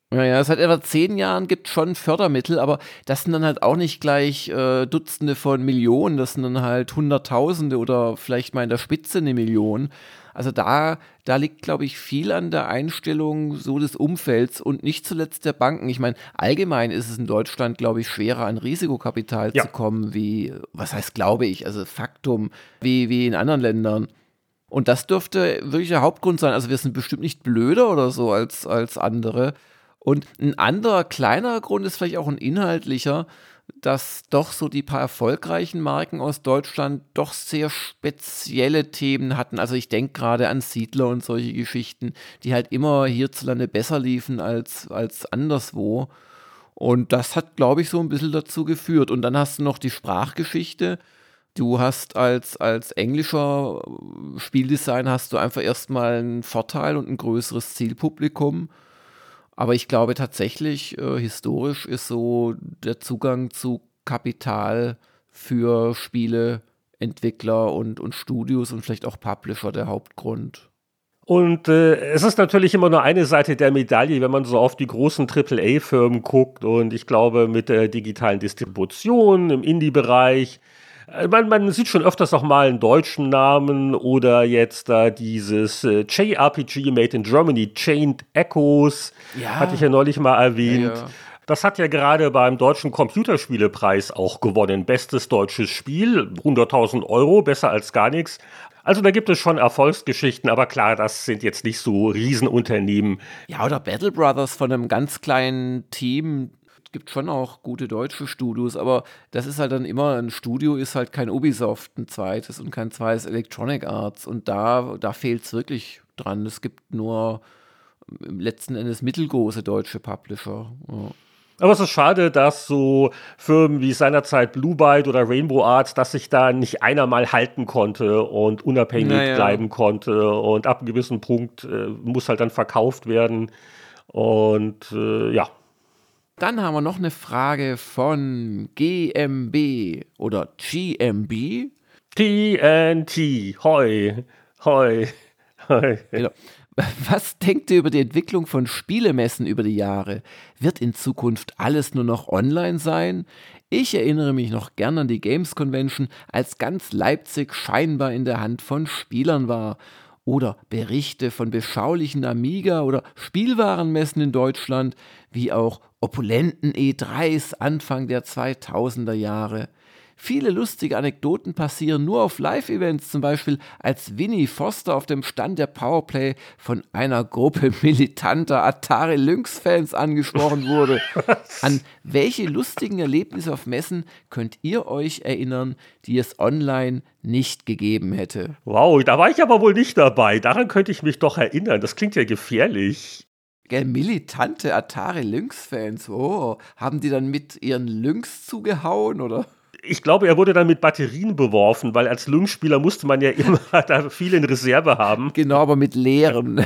Naja, seit etwa 10 Jahren gibt es schon Fördermittel, aber das sind dann halt auch nicht gleich Dutzende von Millionen, das sind dann halt Hunderttausende oder vielleicht mal in der Spitze 1 Million. Also da liegt, glaube ich, viel an der Einstellung so des Umfelds und nicht zuletzt der Banken. Ich meine, allgemein ist es in Deutschland, glaube ich, schwerer an Risikokapital zu kommen, was heißt glaube ich, also Faktum, wie in anderen Ländern. Und das dürfte wirklich der Hauptgrund sein. Also wir sind bestimmt nicht blöder oder so als andere. Und ein anderer, kleinerer Grund ist vielleicht auch ein inhaltlicher, dass doch so die paar erfolgreichen Marken aus Deutschland doch sehr spezielle Themen hatten. Also ich denke gerade an Siedler und solche Geschichten, die halt immer hierzulande besser liefen als anderswo. Und das hat, glaube ich, so ein bisschen dazu geführt. Und dann hast du noch die Sprachgeschichte. Du hast als englischer Spieldesigner hast du einfach erstmal einen Vorteil und ein größeres Zielpublikum. Aber ich glaube tatsächlich, historisch ist so der Zugang zu Kapital für Spieleentwickler und Studios und vielleicht auch Publisher der Hauptgrund. Und es ist natürlich immer nur eine Seite der Medaille, wenn man so auf die großen AAA-Firmen guckt. Und ich glaube, mit der digitalen Distribution im Indie-Bereich, man sieht schon öfters auch mal einen deutschen Namen oder jetzt da dieses JRPG Made in Germany, Chained Echoes, hatte ich ja neulich mal erwähnt. Ja. Das hat ja gerade beim Deutschen Computerspielepreis auch gewonnen. Bestes deutsches Spiel, 100.000 €, besser als gar nichts. Also da gibt es schon Erfolgsgeschichten, aber klar, das sind jetzt nicht so Riesenunternehmen. Ja, oder Battle Brothers von einem ganz kleinen Team. Es gibt schon auch gute deutsche Studios, aber das ist halt dann immer, ein Studio ist halt kein Ubisoft, ein zweites und kein zweites Electronic Arts und da fehlt es wirklich dran. Es gibt nur letzten Endes mittelgroße deutsche Publisher. Ja. Aber es ist schade, dass so Firmen wie seinerzeit Blue Byte oder Rainbow Arts, dass sich da nicht einer mal halten konnte und unabhängig bleiben konnte und ab einem gewissen Punkt muss halt dann verkauft werden und ja. Dann haben wir noch eine Frage von GMB oder GMB. TNT, hoi, hoi, hoi. Genau. Was denkt ihr über die Entwicklung von Spielemessen über die Jahre? Wird in Zukunft alles nur noch online sein? Ich erinnere mich noch gern an die Games Convention, als ganz Leipzig scheinbar in der Hand von Spielern war. Oder Berichte von beschaulichen Amiga- oder Spielwarenmessen in Deutschland, wie auch opulenten E3s Anfang der 2000er Jahre. Viele lustige Anekdoten passieren nur auf Live-Events, zum Beispiel als Winnie Foster auf dem Stand der Powerplay von einer Gruppe militanter Atari Lynx-Fans angesprochen wurde. An welche lustigen Erlebnisse auf Messen könnt ihr euch erinnern, die es online nicht gegeben hätte? Wow, da war ich aber wohl nicht dabei. Daran könnte ich mich doch erinnern. Das klingt ja gefährlich. Militante Atari Lynx-Fans, oh, haben die dann mit ihren Lynx zugehauen, oder? Ich glaube, er wurde dann mit Batterien beworfen, weil als Lynx-Spieler musste man ja immer da viel in Reserve haben. Genau, aber mit leeren.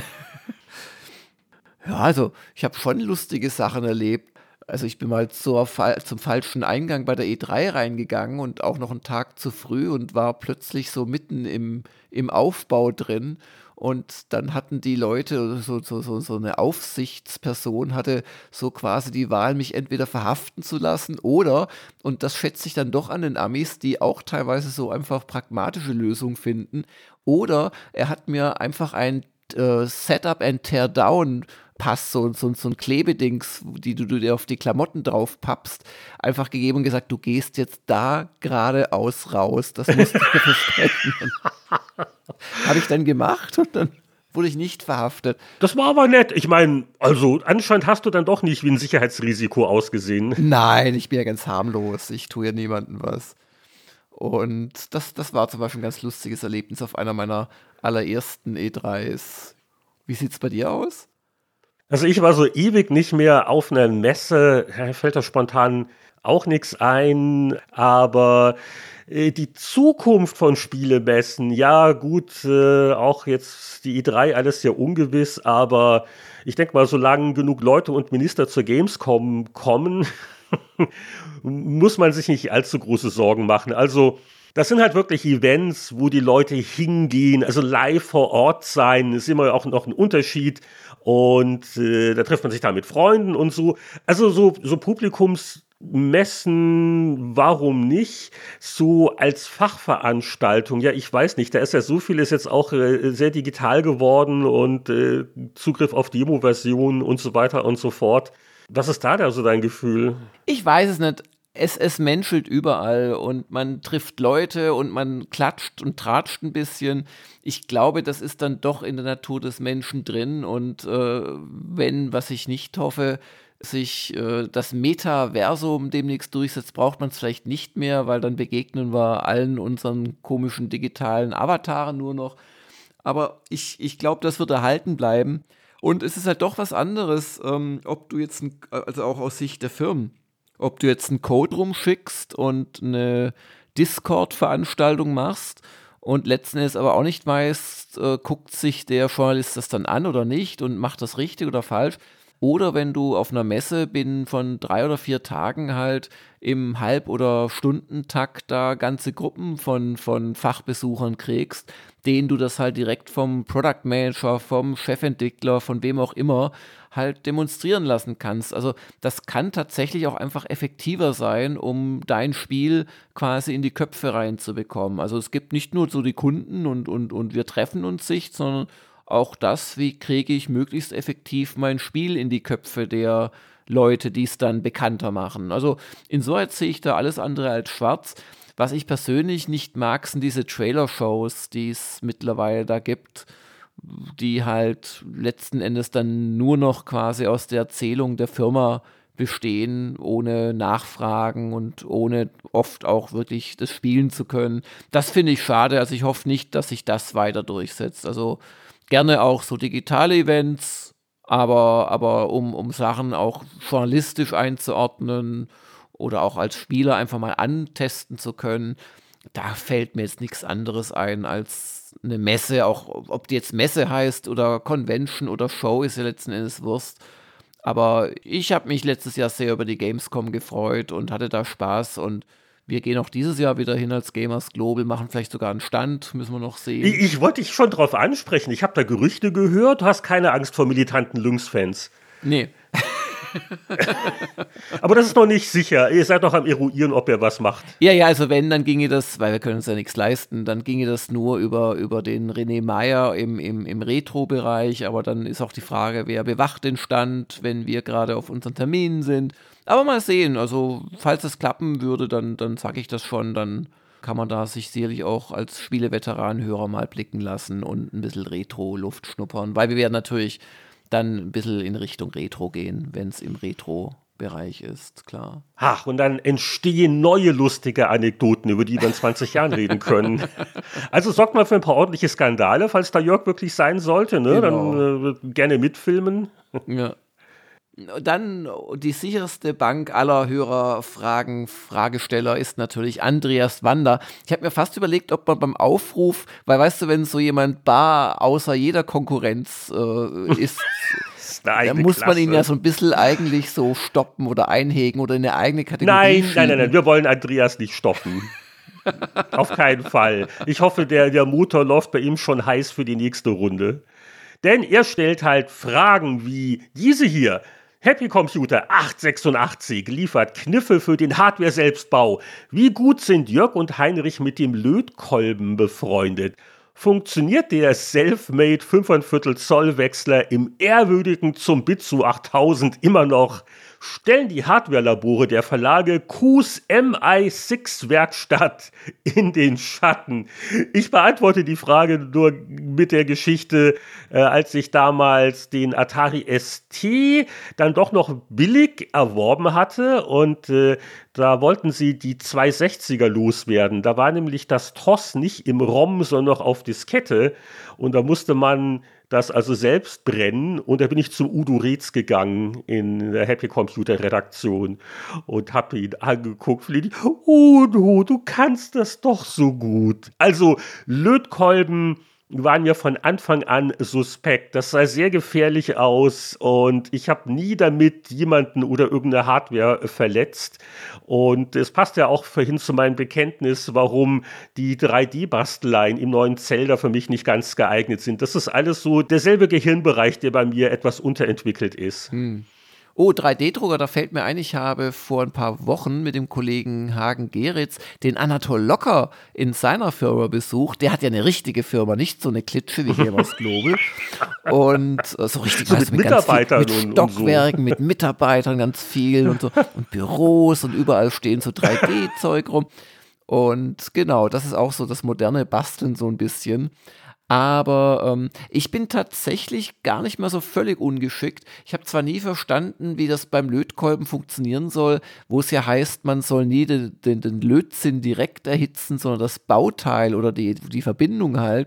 Ja, also ich habe schon lustige Sachen erlebt. Also ich bin mal zum falschen Eingang bei der E3 reingegangen und auch noch einen Tag zu früh und war plötzlich so mitten im Aufbau drin. Und dann hatten die Leute, so eine Aufsichtsperson hatte so quasi die Wahl, mich entweder verhaften zu lassen oder, und das schätze ich dann doch an den Amis, die auch teilweise so einfach pragmatische Lösungen finden, oder er hat mir einfach ein Setup and Tear Down Pass, so ein Klebedings, die du dir auf die Klamotten drauf pappst, einfach gegeben und gesagt, du gehst jetzt da geradeaus raus, das musst du dir versprechen. Habe ich dann gemacht und dann wurde ich nicht verhaftet. Das war aber nett. Ich meine, also anscheinend hast du dann doch nicht wie ein Sicherheitsrisiko ausgesehen. Nein, ich bin ja ganz harmlos. Ich tue ja niemandem was. Und das war zum Beispiel ein ganz lustiges Erlebnis auf einer meiner allerersten E3s. Wie sieht's bei dir aus? Also ich war so ewig nicht mehr auf einer Messe, fällt da spontan auch nichts ein, aber die Zukunft von Spielemessen, ja gut, auch jetzt die E3, alles sehr ungewiss, aber ich denke mal, solange genug Leute und Minister zur Gamescom kommen, muss man sich nicht allzu große Sorgen machen. Also Das sind halt wirklich Events, wo die Leute hingehen, also live vor Ort sein, ist immer auch noch ein Unterschied. Und da trifft man sich da mit Freunden und so. Also so Publikumsmessen, warum nicht? So als Fachveranstaltung, ja, ich weiß nicht, da ist ja so vieles jetzt auch sehr digital geworden und Zugriff auf Demo-Versionen und so weiter und so fort. Was ist da so dein Gefühl? Ich weiß es nicht. Es menschelt überall und man trifft Leute und man klatscht und tratscht ein bisschen. Ich glaube, das ist dann doch in der Natur des Menschen drin und wenn, was ich nicht hoffe, sich das Metaversum demnächst durchsetzt, braucht man es vielleicht nicht mehr, weil dann begegnen wir allen unseren komischen digitalen Avataren nur noch. Aber ich glaube, das wird erhalten bleiben. Und es ist halt doch was anderes, ob du jetzt, also auch aus Sicht der Firmen, ob du jetzt einen Code rumschickst und eine Discord-Veranstaltung machst und letzten Endes aber auch nicht weißt, guckt sich der Journalist das dann an oder nicht und macht das richtig oder falsch. Oder wenn du auf einer Messe binnen von 3 oder 4 Tagen halt im Halb- oder Stundentakt da ganze Gruppen von Fachbesuchern kriegst, denen du das halt direkt vom Product Manager, vom Chefentwickler, von wem auch immer halt demonstrieren lassen kannst. Also das kann tatsächlich auch einfach effektiver sein, um dein Spiel quasi in die Köpfe reinzubekommen. Also es gibt nicht nur so die Kunden und wir treffen uns sich, sondern auch das, wie kriege ich möglichst effektiv mein Spiel in die Köpfe der Leute, die es dann bekannter machen. Also insoweit sehe ich da alles andere als schwarz. Was ich persönlich nicht mag, sind diese Trailer-Shows, die es mittlerweile da gibt, die halt letzten Endes dann nur noch quasi aus der Erzählung der Firma bestehen, ohne Nachfragen und ohne oft auch wirklich das spielen zu können. Das finde ich schade. Also ich hoffe nicht, dass sich das weiter durchsetzt. Also gerne auch so digitale Events, aber um Sachen auch journalistisch einzuordnen oder auch als Spieler einfach mal antesten zu können, da fällt mir jetzt nichts anderes ein als eine Messe, auch ob die jetzt Messe heißt oder Convention oder Show, ist ja letzten Endes Wurst. Aber ich habe mich letztes Jahr sehr über die Gamescom gefreut und hatte da Spaß und wir gehen auch dieses Jahr wieder hin als Gamers Global, machen vielleicht sogar einen Stand, müssen wir noch sehen. Ich wollte dich schon drauf ansprechen. Ich habe da Gerüchte gehört. Du hast keine Angst vor militanten Lynx-Fans. Nee. Aber das ist noch nicht sicher. Ihr seid noch am Eruieren, ob ihr was macht. Ja, also wenn, dann ginge das, weil wir können uns ja nichts leisten, dann ginge das nur über den René Meyer im Retro-Bereich, aber dann ist auch die Frage, wer bewacht den Stand, wenn wir gerade auf unseren Terminen sind. Aber mal sehen, also falls es klappen würde, dann sage ich das schon, dann kann man da sich sicherlich auch als Spieleveteran-Hörer mal blicken lassen und ein bisschen Retro-Luft schnuppern, weil wir werden natürlich dann ein bisschen in Richtung Retro gehen, wenn es im Retro-Bereich ist, klar. Ach, und dann entstehen neue lustige Anekdoten, über die wir in 20 Jahren reden können. Also sorgt mal für ein paar ordentliche Skandale, falls da Jörg wirklich sein sollte, ne? Genau. Dann gerne mitfilmen. Ja. Dann die sicherste Bank aller Fragesteller ist natürlich Andreas Wander. Ich habe mir fast überlegt, ob man beim Aufruf, weil weißt du, wenn so jemand bar außer jeder Konkurrenz ist, dann muss man ihn ja so ein bisschen eigentlich so stoppen oder einhegen oder in eine eigene Kategorie Nein, wir wollen Andreas nicht stoppen. Auf keinen Fall. Ich hoffe, der Motor läuft bei ihm schon heiß für die nächste Runde. Denn er stellt halt Fragen wie diese hier. Happy Computer 886 liefert Kniffe für den Hardware-Selbstbau. Wie gut sind Jörg und Heinrich mit dem Lötkolben befreundet? Funktioniert der Selfmade 5,25 Zoll Wechsler im ehrwürdigen Zumbitsu 8000 immer noch? Stellen die Hardware-Labore der Verlage Q's MI6 Werkstatt in den Schatten? Ich beantworte die Frage nur mit der Geschichte, als ich damals den Atari ST dann doch noch billig erworben hatte und da wollten sie die 260er loswerden. Da war nämlich das TOS nicht im ROM, sondern noch auf Diskette und da musste man das also selbst brennen und da bin ich zum Udo Reetz gegangen in der Happy Computer Redaktion und habe ihn angeguckt, Udo, du kannst das doch so gut. Also Lötkolben waren mir von Anfang an suspekt. Das sah sehr gefährlich aus und ich habe nie damit jemanden oder irgendeine Hardware verletzt. Und es passt ja auch vorhin zu meinem Bekenntnis, warum die 3D-Basteleien im neuen Zelda für mich nicht ganz geeignet sind. Das ist alles so derselbe Gehirnbereich, der bei mir etwas unterentwickelt ist. Oh, 3D-Drucker, da fällt mir ein, ich habe vor ein paar Wochen mit dem Kollegen Hagen Geritz den Anatol Locker in seiner Firma besucht. Der hat ja eine richtige Firma, nicht so eine Klitsche wie hier was Global. Und so richtig so mit Mitarbeitern mit Stockwerken, mit Mitarbeitern ganz viel und so und Büros und überall stehen so 3D-Zeug rum. Und genau, das ist auch so das moderne Basteln so ein bisschen. Aber ich bin tatsächlich gar nicht mal so völlig ungeschickt. Ich habe zwar nie verstanden, wie das beim Lötkolben funktionieren soll, wo es ja heißt, man soll nie den Lötzinn direkt erhitzen, sondern das Bauteil oder die Verbindung halt.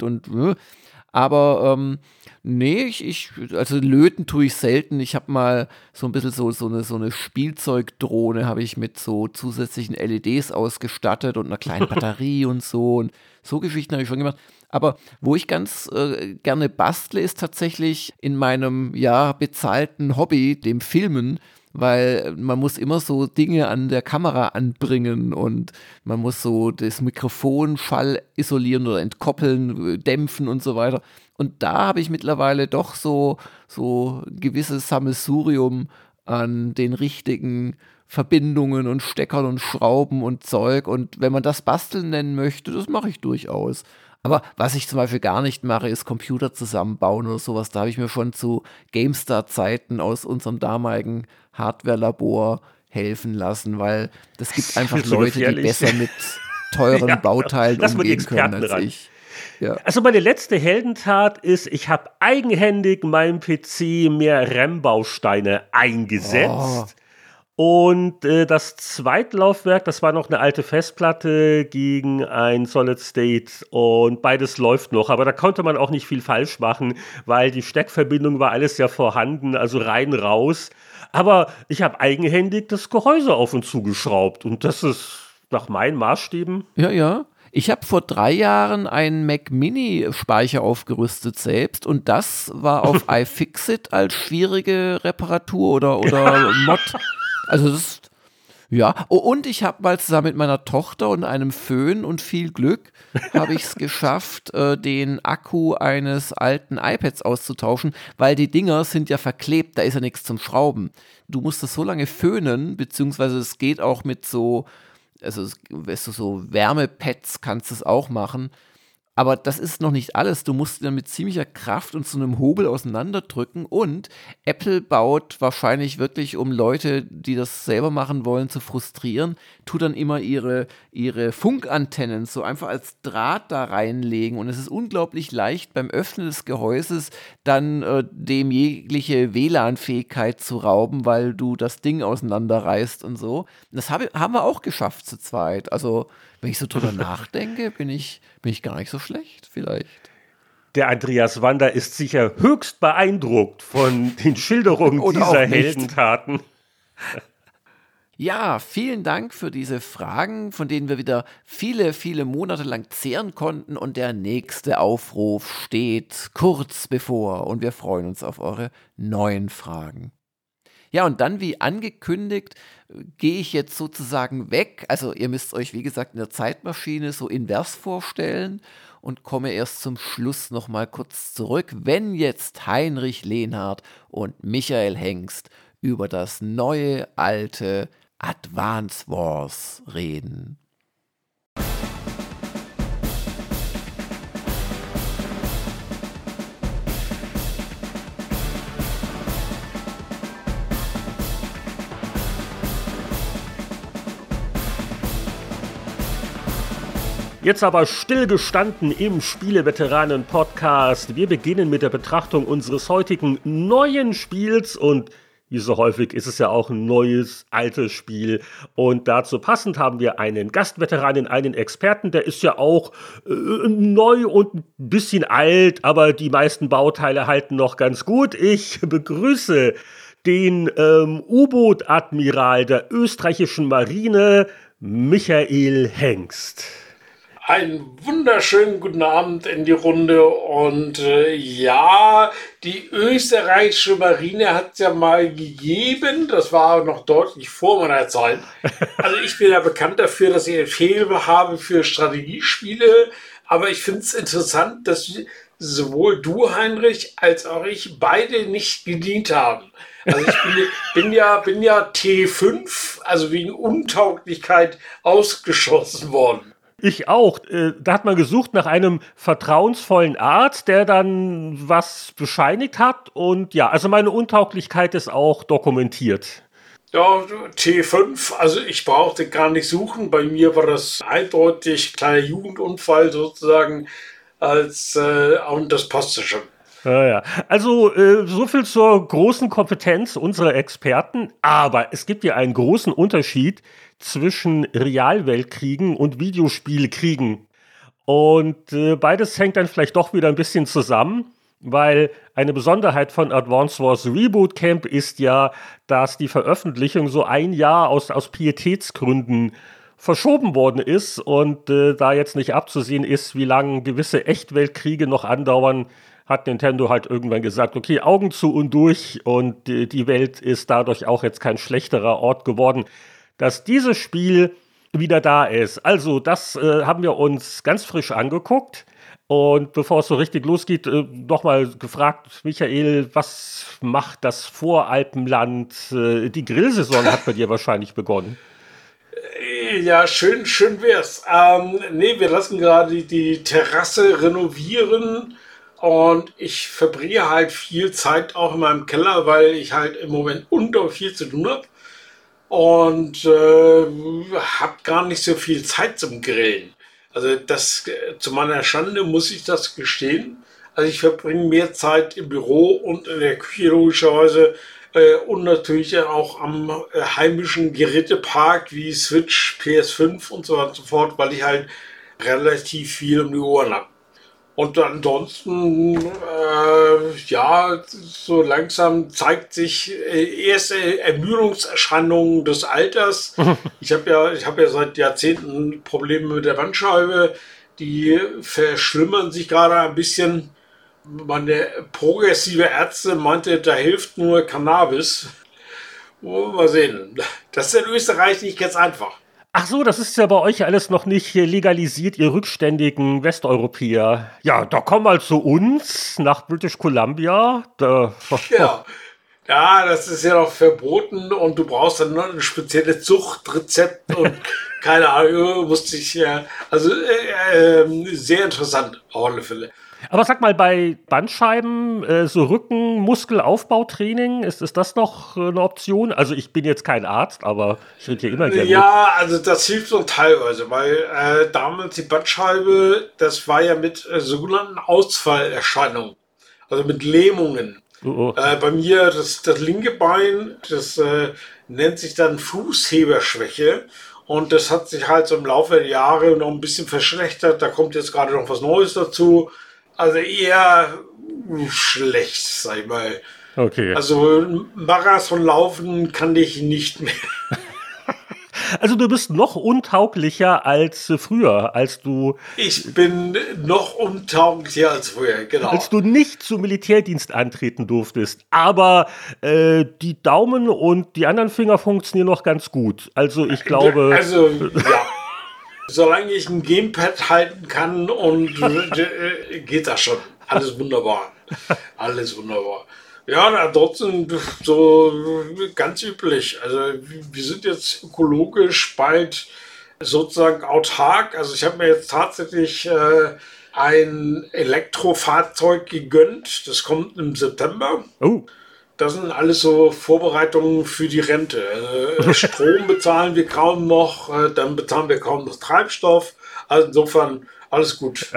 Aber nee, also löten tue ich selten. Ich habe mal so ein bisschen so eine Spielzeugdrohne habe ich mit so zusätzlichen LEDs ausgestattet und einer kleinen Batterie und so. Und so Geschichten habe ich schon gemacht. Aber wo ich ganz gerne bastle, ist tatsächlich in meinem bezahlten Hobby, dem Filmen, weil man muss immer so Dinge an der Kamera anbringen und man muss so das Mikrofon Schall isolieren oder entkoppeln, dämpfen und so weiter. Und da habe ich mittlerweile doch so ein gewisses Sammelsurium an den richtigen Verbindungen und Steckern und Schrauben und Zeug. Und wenn man das Basteln nennen möchte, das mache ich durchaus. Aber was ich zum Beispiel gar nicht mache, ist Computer zusammenbauen oder sowas. Da habe ich mir schon zu GameStar-Zeiten aus unserem damaligen Hardware-Labor helfen lassen, weil das gibt einfach Leute, die besser mit teuren Bauteilen umgehen können als ich. Ja. Also meine letzte Heldentat ist, ich habe eigenhändig meinem PC mehr RAM-Bausteine eingesetzt. Und das Zweitlaufwerk, das war noch eine alte Festplatte gegen ein Solid State und beides läuft noch, aber da konnte man auch nicht viel falsch machen, weil die Steckverbindung war alles ja vorhanden, also rein raus. Aber ich habe eigenhändig das Gehäuse auf und zugeschraubt und das ist nach meinen Maßstäben. Ja. Ich habe vor 3 Jahren einen Mac Mini-Speicher aufgerüstet selbst und das war auf iFixit als schwierige Reparatur oder Mod. Also das ist, ja. Oh, und ich habe mal zusammen mit meiner Tochter und einem Föhn und viel Glück habe ich es geschafft, den Akku eines alten iPads auszutauschen, weil die Dinger sind ja verklebt, da ist ja nichts zum Schrauben. Du musst das so lange föhnen, beziehungsweise es geht auch mit so Wärmepads kannst du es auch machen. Aber das ist noch nicht alles. Du musst dann mit ziemlicher Kraft und so einem Hobel auseinanderdrücken. Und Apple baut wahrscheinlich wirklich, um Leute, die das selber machen wollen, zu frustrieren, tut dann immer ihre Funkantennen so einfach als Draht da reinlegen. Und es ist unglaublich leicht beim Öffnen des Gehäuses dann dem jegliche WLAN-Fähigkeit zu rauben, weil du das Ding auseinanderreißt und so. Das haben wir auch geschafft zu zweit. Also wenn ich so drüber nachdenke, bin ich gar nicht so schlecht, vielleicht. Der Andreas Wander ist sicher höchst beeindruckt von den Schilderungen dieser Heldentaten. Ja, vielen Dank für diese Fragen, von denen wir wieder viele, viele Monate lang zehren konnten. Und der nächste Aufruf steht kurz bevor. Und wir freuen uns auf eure neuen Fragen. Ja, und dann, wie angekündigt, gehe ich jetzt sozusagen weg. Also ihr müsst euch, wie gesagt, in der Zeitmaschine so invers vorstellen und komme erst zum Schluss nochmal kurz zurück, wenn jetzt Heinrich Lehnhardt und Michael Hengst über das neue, alte Advance Wars reden. Jetzt aber stillgestanden im Spieleveteranen-Podcast. Wir beginnen mit der Betrachtung unseres heutigen neuen Spiels und wie so häufig ist es ja auch ein neues, altes Spiel. Und dazu passend haben wir einen Gastveteranen, einen Experten, der ist ja auch neu und ein bisschen alt, aber die meisten Bauteile halten noch ganz gut. Ich begrüße den U-Boot-Admiral der österreichischen Marine, Michael Hengst. Einen wunderschönen guten Abend in die Runde und ja, die österreichische Marine hat es ja mal gegeben, das war noch deutlich vor meiner Zeit. Also ich bin ja bekannt dafür, dass ich ein Faible habe für Strategiespiele, aber ich finde es interessant, dass sowohl du, Heinrich, als auch ich beide nicht gedient haben. Also ich bin ja T5, also wegen Untauglichkeit ausgeschossen worden. Ich auch. Da hat man gesucht nach einem vertrauensvollen Arzt, der dann was bescheinigt hat. Und ja, also meine Untauglichkeit ist auch dokumentiert. Ja, T5, also ich brauchte gar nicht suchen. Bei mir war das eindeutig kleiner Jugendunfall sozusagen und das passte schon. Ja. Also so viel zur großen Kompetenz unserer Experten. Aber es gibt ja einen großen Unterschied zwischen Realweltkriegen und Videospielkriegen. Und beides hängt dann vielleicht doch wieder ein bisschen zusammen, weil eine Besonderheit von Advance Wars Reboot Camp ist ja, dass die Veröffentlichung so ein Jahr aus Pietätsgründen verschoben worden ist und da jetzt nicht abzusehen ist, wie lange gewisse Echtweltkriege noch andauern, hat Nintendo halt irgendwann gesagt, okay, Augen zu und durch, und die Welt ist dadurch auch jetzt kein schlechterer Ort geworden, dass dieses Spiel wieder da ist. Also das haben wir uns ganz frisch angeguckt. Und bevor es so richtig losgeht, nochmal gefragt, Michael, was macht das Voralpenland? Die Grillsaison hat bei dir wahrscheinlich begonnen. Ja, schön wär's. Nee, wir lassen gerade die Terrasse renovieren und ich verbringe halt viel Zeit auch in meinem Keller, weil ich halt im Moment viel zu tun habe und habe gar nicht so viel Zeit zum Grillen. Also das zu meiner Schande muss ich das gestehen. Also ich verbringe mehr Zeit im Büro und in der Küche logischerweise und natürlich auch am heimischen Gerätepark wie Switch, PS5 und so weiter und so fort, weil ich halt relativ viel um die Ohren habe. Und ansonsten, ja, so langsam zeigt sich erste Ermüdungserscheinungen des Alters. Ich habe ja seit Jahrzehnten Probleme mit der Bandscheibe. Die verschlimmern sich gerade ein bisschen. Meine progressive Ärztin meinte, da hilft nur Cannabis. Mal sehen. Das ist in Österreich nicht ganz einfach. Ach so, das ist ja bei euch alles noch nicht legalisiert, ihr rückständigen Westeuropäer. Ja, da komm mal zu uns nach British Columbia. Ja, das ist ja noch verboten und du brauchst dann noch ein spezielles Zuchtrezept und keine Ahnung, musste ich ja. Also sehr interessant, auf alle Fälle. Aber sag mal, bei Bandscheiben, so Rückenmuskelaufbautraining, ist das noch eine Option? Also ich bin jetzt kein Arzt, aber ich rede hier immer gerne Ja, also das hilft so teilweise, weil damals die Bandscheibe, das war ja mit sogenannten Ausfallerscheinungen, also mit Lähmungen. Bei mir das linke Bein, das nennt sich dann Fußheberschwäche. Und das hat sich halt so im Laufe der Jahre noch ein bisschen verschlechtert. Da kommt jetzt gerade noch was Neues dazu. Also eher schlecht, sag ich mal. Okay. Also Marathon laufen kann ich nicht mehr. Also du bist noch untauglicher als früher, als du... Ich bin noch untauglicher als früher, genau. Als du nicht zum Militärdienst antreten durftest. Aber die Daumen und die anderen Finger funktionieren noch ganz gut. Also ich glaube... Also, ja. Solange ich ein Gamepad halten kann und geht das schon. Alles wunderbar. Alles wunderbar. Ja, ansonsten so ganz üblich. Also wir sind jetzt ökologisch bald sozusagen autark. Also ich habe mir jetzt tatsächlich ein Elektrofahrzeug gegönnt. Das kommt im September. Oh. Das sind alles so Vorbereitungen für die Rente. Strom bezahlen wir kaum noch, dann bezahlen wir kaum noch Treibstoff. Also insofern alles gut.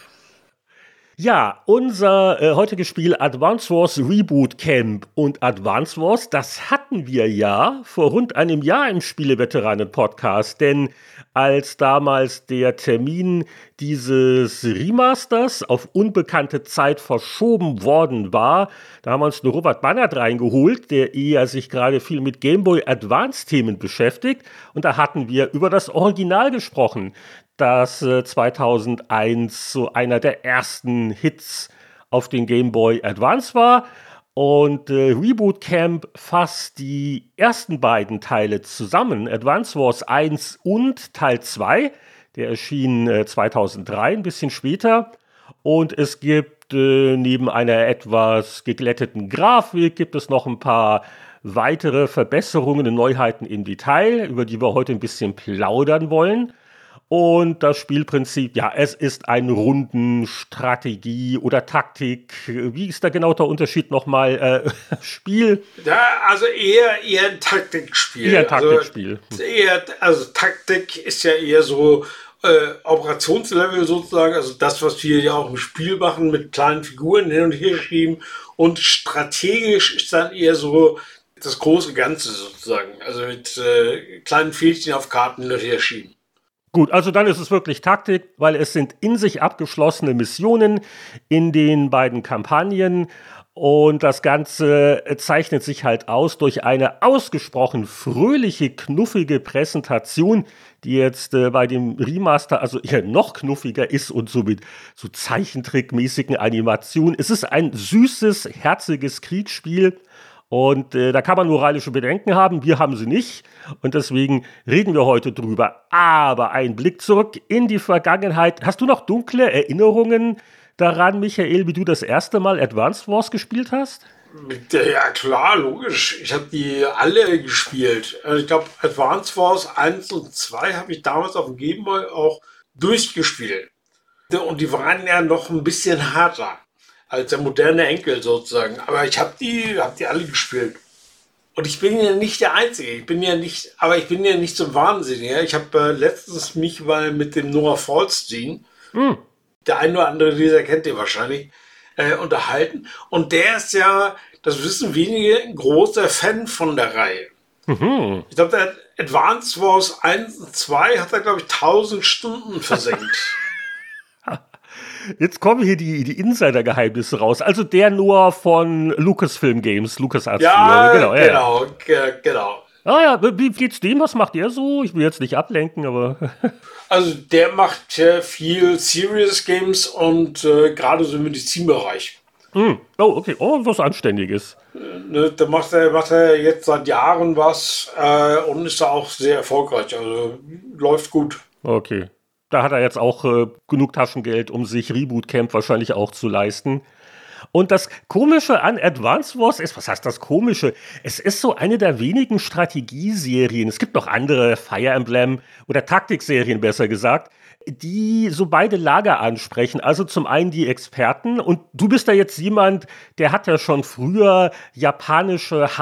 Ja, unser heutiges Spiel Advance Wars Reboot Camp. Und Advance Wars, das hatten wir ja vor rund einem Jahr im Spieleveteranen-Podcast. Denn als damals der Termin dieses Remasters auf unbekannte Zeit verschoben worden war, da haben wir uns einen Robert Bannert reingeholt, der eher sich gerade viel mit Game Boy Advance-Themen beschäftigt. Und da hatten wir über das Original gesprochen. das 2001 so einer der ersten Hits auf den Game Boy Advance war. Und Reboot Camp fasst die ersten beiden Teile zusammen, Advance Wars 1 und Teil 2. Der erschien 2003, ein bisschen später. Und es gibt neben einer etwas geglätteten Grafik, gibt es noch ein paar weitere Verbesserungen und Neuheiten im Detail, über die wir heute ein bisschen plaudern wollen. Und das Spielprinzip, ja, es ist ein Rundenstrategie oder Taktik. Wie ist da genau der Unterschied nochmal? Spiel? Ja, also eher ein Taktikspiel. Eher ein Taktikspiel. Also Taktik ist ja eher so Operationslevel sozusagen, also das, was wir ja auch im Spiel machen, mit kleinen Figuren hin und her schieben. Und strategisch ist dann eher so das große Ganze sozusagen, also mit kleinen Fähnchen auf Karten hin und her schieben. Gut, also dann ist es wirklich Taktik, weil es sind in sich abgeschlossene Missionen in den beiden Kampagnen und das Ganze zeichnet sich halt aus durch eine ausgesprochen fröhliche, knuffige Präsentation, die jetzt bei dem Remaster also eher noch knuffiger ist und so mit so zeichentrickmäßigen Animationen. Es ist ein süßes, herziges Kriegsspiel. Und da kann man moralische Bedenken haben, wir haben sie nicht. Und deswegen reden wir heute drüber. Aber ein Blick zurück in die Vergangenheit. Hast du noch dunkle Erinnerungen daran, Michael, wie du das erste Mal Advance Wars gespielt hast? Ja, klar, logisch. Ich habe die alle gespielt. Ich glaube, Advance Wars 1 und 2 habe ich damals auf dem Game Boy auch durchgespielt. Und die waren ja noch ein bisschen härter als der moderne Enkel sozusagen. Aber ich habe die alle gespielt. Und ich bin ja nicht der Einzige. Ich bin ja nicht so Wahnsinniger. Ich habe letztens mich mal mit dem Noah Falstein, der ein oder andere Leser kennt den wahrscheinlich, unterhalten. Und der ist ja, das wissen wenige, ein großer Fan von der Reihe. Mhm. Ich glaube, der Advance Wars 1 und 2 hat er, glaube ich, 1000 Stunden versenkt. Jetzt kommen hier die Insider-Geheimnisse raus. Also der nur von Lucasfilm Games, LucasArts. Ja, genau. Ah ja, wie geht's dem? Was macht der so? Ich will jetzt nicht ablenken, aber... Also der macht viel Serious Games und gerade so im Medizinbereich. Oh, okay. Oh, was Anständiges. Da macht er jetzt seit Jahren was und ist da auch sehr erfolgreich. Also läuft gut. Okay. Da hat er jetzt auch genug Taschengeld, um sich Reboot Camp wahrscheinlich auch zu leisten. Und das Komische an Advance Wars ist, was heißt das Komische? Es ist so eine der wenigen Strategieserien, es gibt noch andere, Fire Emblem oder Taktikserien besser gesagt, die so beide Lager ansprechen. Also zum einen die Experten und du bist da jetzt jemand, der hat ja schon früher japanische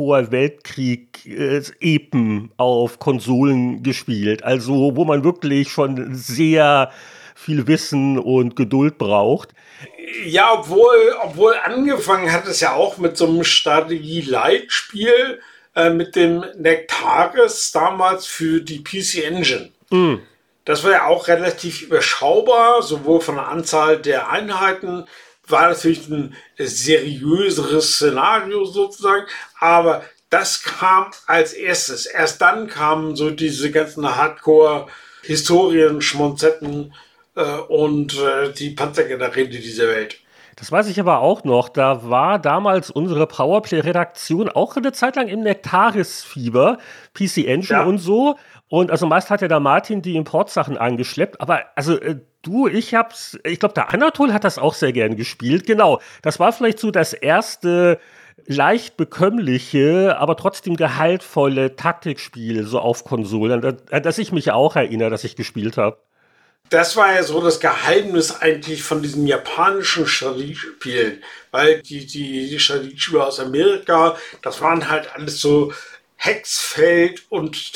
Hardcore-Weltkrieg-Epen auf Konsolen gespielt. Also wo man wirklich schon sehr viel Wissen und Geduld braucht. Ja, obwohl angefangen hat es ja auch mit so einem Strategie-Light-Spiel mit dem Nectaris damals für die PC Engine. Das war ja auch relativ überschaubar, sowohl von der Anzahl der Einheiten, war natürlich ein seriöseres Szenario sozusagen, aber das kam als erstes. Erst dann kamen so diese ganzen Hardcore-Historien, Schmonzetten und die Panzergeneräle dieser Welt. Das weiß ich aber auch noch. Da war damals unsere Powerplay-Redaktion auch eine Zeit lang im Nectaris-Fieber, PC Engine und so. Und also meist hat ja da Martin die Importsachen angeschleppt. Aber also ich glaube, der Anatol hat das auch sehr gern gespielt. Genau, das war vielleicht so das erste leicht bekömmliche, aber trotzdem gehaltvolle Taktikspiel so auf Konsolen, an das ich mich auch erinnere, dass ich gespielt habe. Das war ja so das Geheimnis eigentlich von diesen japanischen Strategiespielen, weil die Strategiespiele aus Amerika, das waren halt alles so Hexfeld- und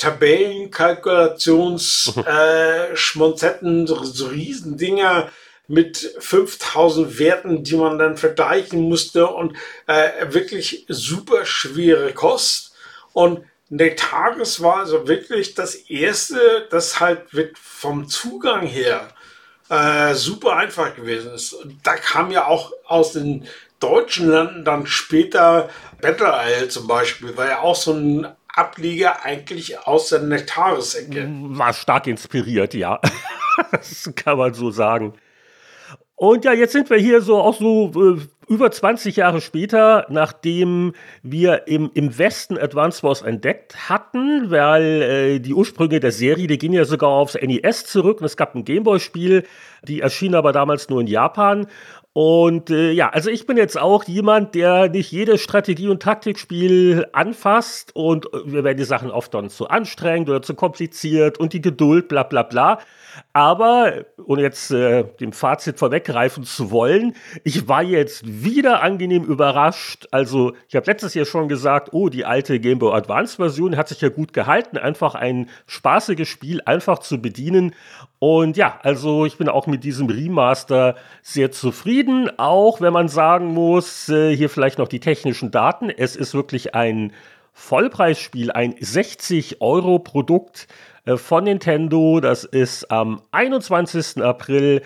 Tabellenkalkulationsschmonzetten, so Riesendinger mit 5000 Werten, die man dann vergleichen musste und wirklich super schwere Kost. Und Nectaris war also wirklich das erste, das halt vom Zugang her super einfach gewesen ist. Und da kam ja auch aus den deutschen Ländern dann später Battle Isle zum Beispiel, war ja auch so ein Ableger eigentlich aus der Nectaris-Ecke. War stark inspiriert, ja. Das kann man so sagen. Und ja, jetzt sind wir hier so auch so über 20 Jahre später, nachdem wir im Westen Advance Wars entdeckt hatten, weil die Ursprünge der Serie, die gehen ja sogar aufs NES zurück und es gab ein Gameboy-Spiel, die erschien aber damals nur in Japan. Und ja, also ich bin jetzt auch jemand, der nicht jedes Strategie- und Taktikspiel anfasst und wir werden die Sachen oft dann zu anstrengend oder zu kompliziert und die Geduld, bla bla bla. Aber, ohne jetzt dem Fazit vorweggreifen zu wollen, ich war jetzt wieder angenehm überrascht. Also, ich habe letztes Jahr schon gesagt, oh, die alte Game Boy Advance-Version hat sich ja gut gehalten. Einfach ein spaßiges Spiel, einfach zu bedienen. Und ja, also ich bin auch mit diesem Remaster sehr zufrieden. Auch wenn man sagen muss, hier vielleicht noch die technischen Daten. Es ist wirklich ein Vollpreisspiel, ein 60-Euro-Produkt von Nintendo. Das ist am 21. April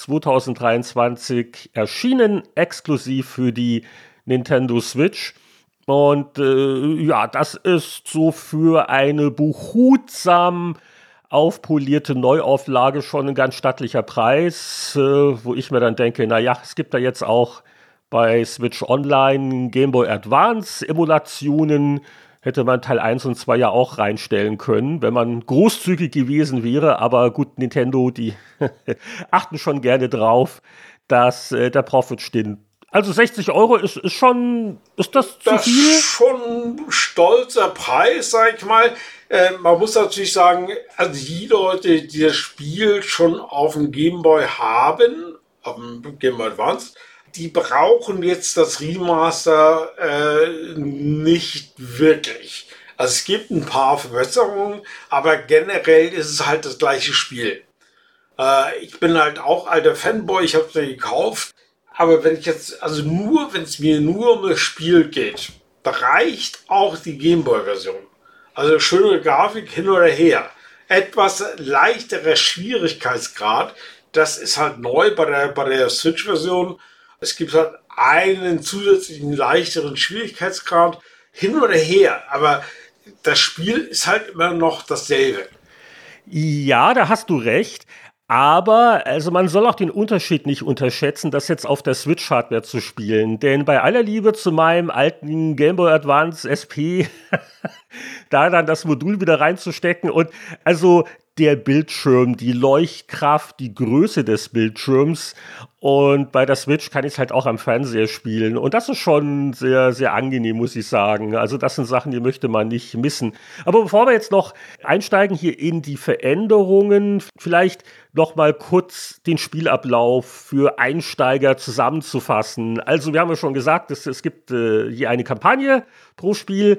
2023 erschienen, exklusiv für die Nintendo Switch. Und ja, das ist so für eine behutsam aufpolierte Neuauflage schon ein ganz stattlicher Preis, wo ich mir dann denke, naja, es gibt da jetzt auch bei Switch Online Game Boy Advance Emulationen, hätte man Teil 1 und 2 ja auch reinstellen können, wenn man großzügig gewesen wäre. Aber gut, Nintendo, die achten schon gerne drauf, dass der Profit stimmt. Also 60 Euro ist schon, ist das zu viel? Das ist schon ein stolzer Preis, sag ich mal. Man muss natürlich sagen, also die Leute, die das Spiel schon auf dem Game Boy haben, auf dem Game Boy Advance, die brauchen jetzt das Remaster nicht wirklich. Also es gibt ein paar Verbesserungen, aber generell ist es halt das gleiche Spiel. Ich bin halt auch alter Fanboy, ich habe es mir gekauft. Aber wenn ich jetzt, also nur, wenn es mir nur um das Spiel geht, da reicht auch die Gameboy-Version. Also schöne Grafik hin oder her. Etwas leichterer Schwierigkeitsgrad, das ist halt neu bei der Switch-Version. Es gibt halt einen zusätzlichen leichteren Schwierigkeitsgrad hin oder her. Aber das Spiel ist halt immer noch dasselbe. Ja, da hast du recht. Aber also man soll auch den Unterschied nicht unterschätzen, das jetzt auf der Switch-Hardware zu spielen. Denn bei aller Liebe zu meinem alten Game Boy Advance SP, da dann das Modul wieder reinzustecken und also der Bildschirm, die Leuchtkraft, die Größe des Bildschirms und bei der Switch kann ich es halt auch am Fernseher spielen und das ist schon sehr, sehr angenehm, muss ich sagen. Also das sind Sachen, die möchte man nicht missen. Aber bevor wir jetzt noch einsteigen hier in die Veränderungen, vielleicht noch mal kurz den Spielablauf für Einsteiger zusammenzufassen. Also wir haben ja schon gesagt, es gibt hier eine Kampagne pro Spiel.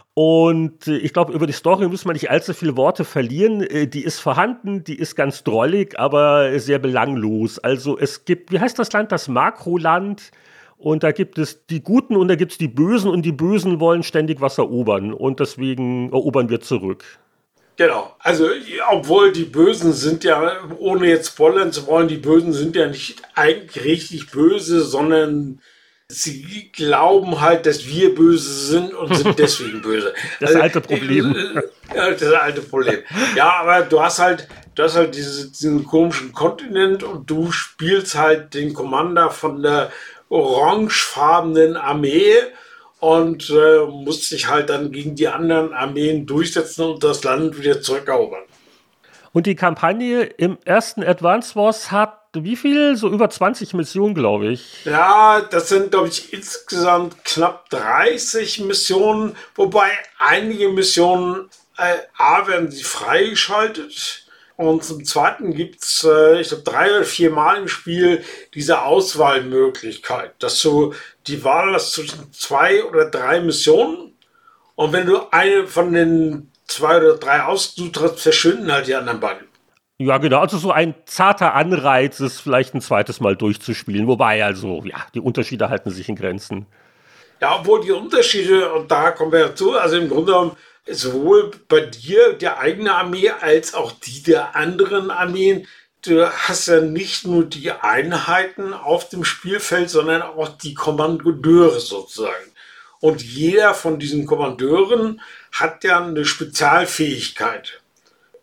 Und ich glaube, über die Story muss man nicht allzu viele Worte verlieren. Die ist vorhanden, die ist ganz drollig, aber sehr belanglos. Also es gibt, wie heißt das Land? Das Makroland. Und da gibt es die Guten und da gibt es die Bösen. Und die Bösen wollen ständig was erobern. Und deswegen erobern wir zurück. Genau, also obwohl die Bösen sind ja, ohne jetzt spoilern zu wollen, die Bösen sind ja nicht eigentlich richtig böse, sondern sie glauben halt, dass wir böse sind und sind deswegen böse. Das alte Problem. Das alte Problem. Ja, aber du hast halt diesen komischen Kontinent und du spielst halt den Commander von der orangefarbenen Armee und musst dich halt dann gegen die anderen Armeen durchsetzen und das Land wieder zurückerobern. Und die Kampagne im ersten Advance Wars hat wie viel? So über 20 Missionen, glaube ich. Ja, das sind, glaube ich, insgesamt knapp 30 Missionen, wobei einige Missionen, A, werden sie freigeschaltet und zum Zweiten gibt es, ich glaube, 3 oder 4 Mal im Spiel diese Auswahlmöglichkeit, dass du die Wahl hast zwischen 2 oder 3 Missionen und wenn du eine von den 2 oder 3 ausgesucht hast, verschwinden halt die anderen beiden. Ja, genau. Also so ein zarter Anreiz, es vielleicht ein zweites Mal durchzuspielen. Wobei, also, ja, die Unterschiede halten sich in Grenzen. Ja, obwohl die Unterschiede, und da kommen wir dazu, also im Grunde genommen, sowohl bei dir, der eigene Armee, als auch die der anderen Armeen, du hast ja nicht nur die Einheiten auf dem Spielfeld, sondern auch die Kommandeure sozusagen. Und jeder von diesen Kommandeuren hat ja eine Spezialfähigkeit.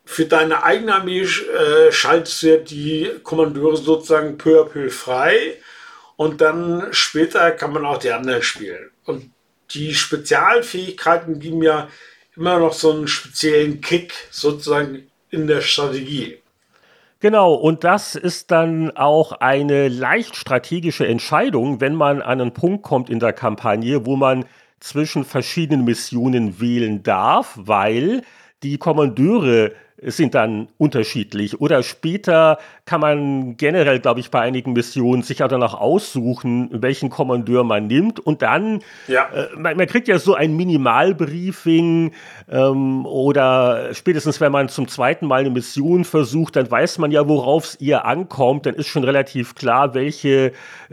für deine eigene Armee schaltest du ja die Kommandeure sozusagen peu à peu frei und dann später kann man auch die anderen spielen. Und die Spezialfähigkeiten geben ja immer noch so einen speziellen Kick sozusagen in der Strategie. Genau, und das ist dann auch eine leicht strategische Entscheidung, wenn man an einen Punkt kommt in der Kampagne, wo man zwischen verschiedenen Missionen wählen darf, weil die Kommandeure sind dann unterschiedlich. Oder später kann man generell, glaube ich, bei einigen Missionen sich auch danach aussuchen, welchen Kommandeur man nimmt. Und dann, man kriegt ja so ein Minimalbriefing oder spätestens, wenn man zum zweiten Mal eine Mission versucht, dann weiß man ja, worauf es ihr ankommt. Dann ist schon relativ klar, welche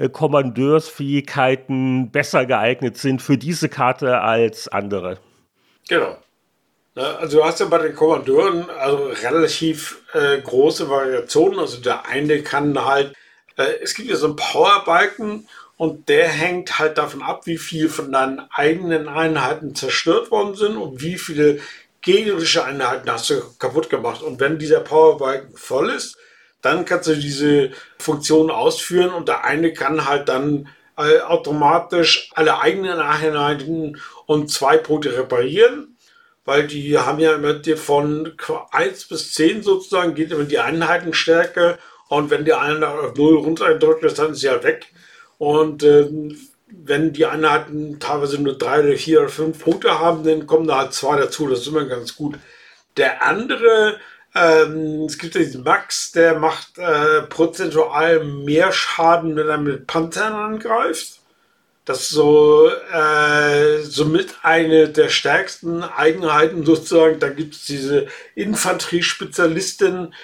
Kommandeursfähigkeiten besser geeignet sind für diese Karte als andere. Genau. Also du hast ja bei den Kommandeuren also relativ große Variationen. Also der eine kann halt, es gibt ja so einen Powerbalken und der hängt halt davon ab, wie viel von deinen eigenen Einheiten zerstört worden sind und wie viele gegnerische Einheiten hast du kaputt gemacht. Und wenn dieser Powerbalken voll ist, dann kannst du diese Funktion ausführen und der eine kann halt dann automatisch alle eigenen Einheiten um 2 Punkte reparieren. Weil die haben ja immer von 1 bis 10 sozusagen, geht immer die Einheitenstärke. Und wenn die Einheit auf 0 runtergedrückt ist, dann ist sie ja weg. Und wenn die Einheiten teilweise nur 3 oder 4 oder 5 Punkte haben, dann kommen da halt 2 dazu. Das ist immer ganz gut. Der andere, es gibt ja diesen Max, der macht prozentual mehr Schaden, wenn er mit Panzern angreift. Das ist so somit eine der stärksten Eigenheiten sozusagen. Da gibt es diese Infanteriespezialistin,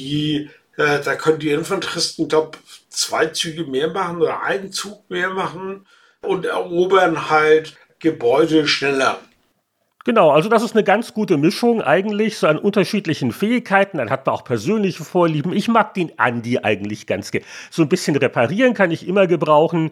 da können die Infanteristen, glaube ich, 2 Züge mehr machen oder einen Zug mehr machen und erobern halt Gebäude schneller. Genau, also das ist eine ganz gute Mischung eigentlich, so an unterschiedlichen Fähigkeiten. Dann hat man auch persönliche Vorlieben. Ich mag den Andi eigentlich ganz gerne. So ein bisschen reparieren kann ich immer gebrauchen.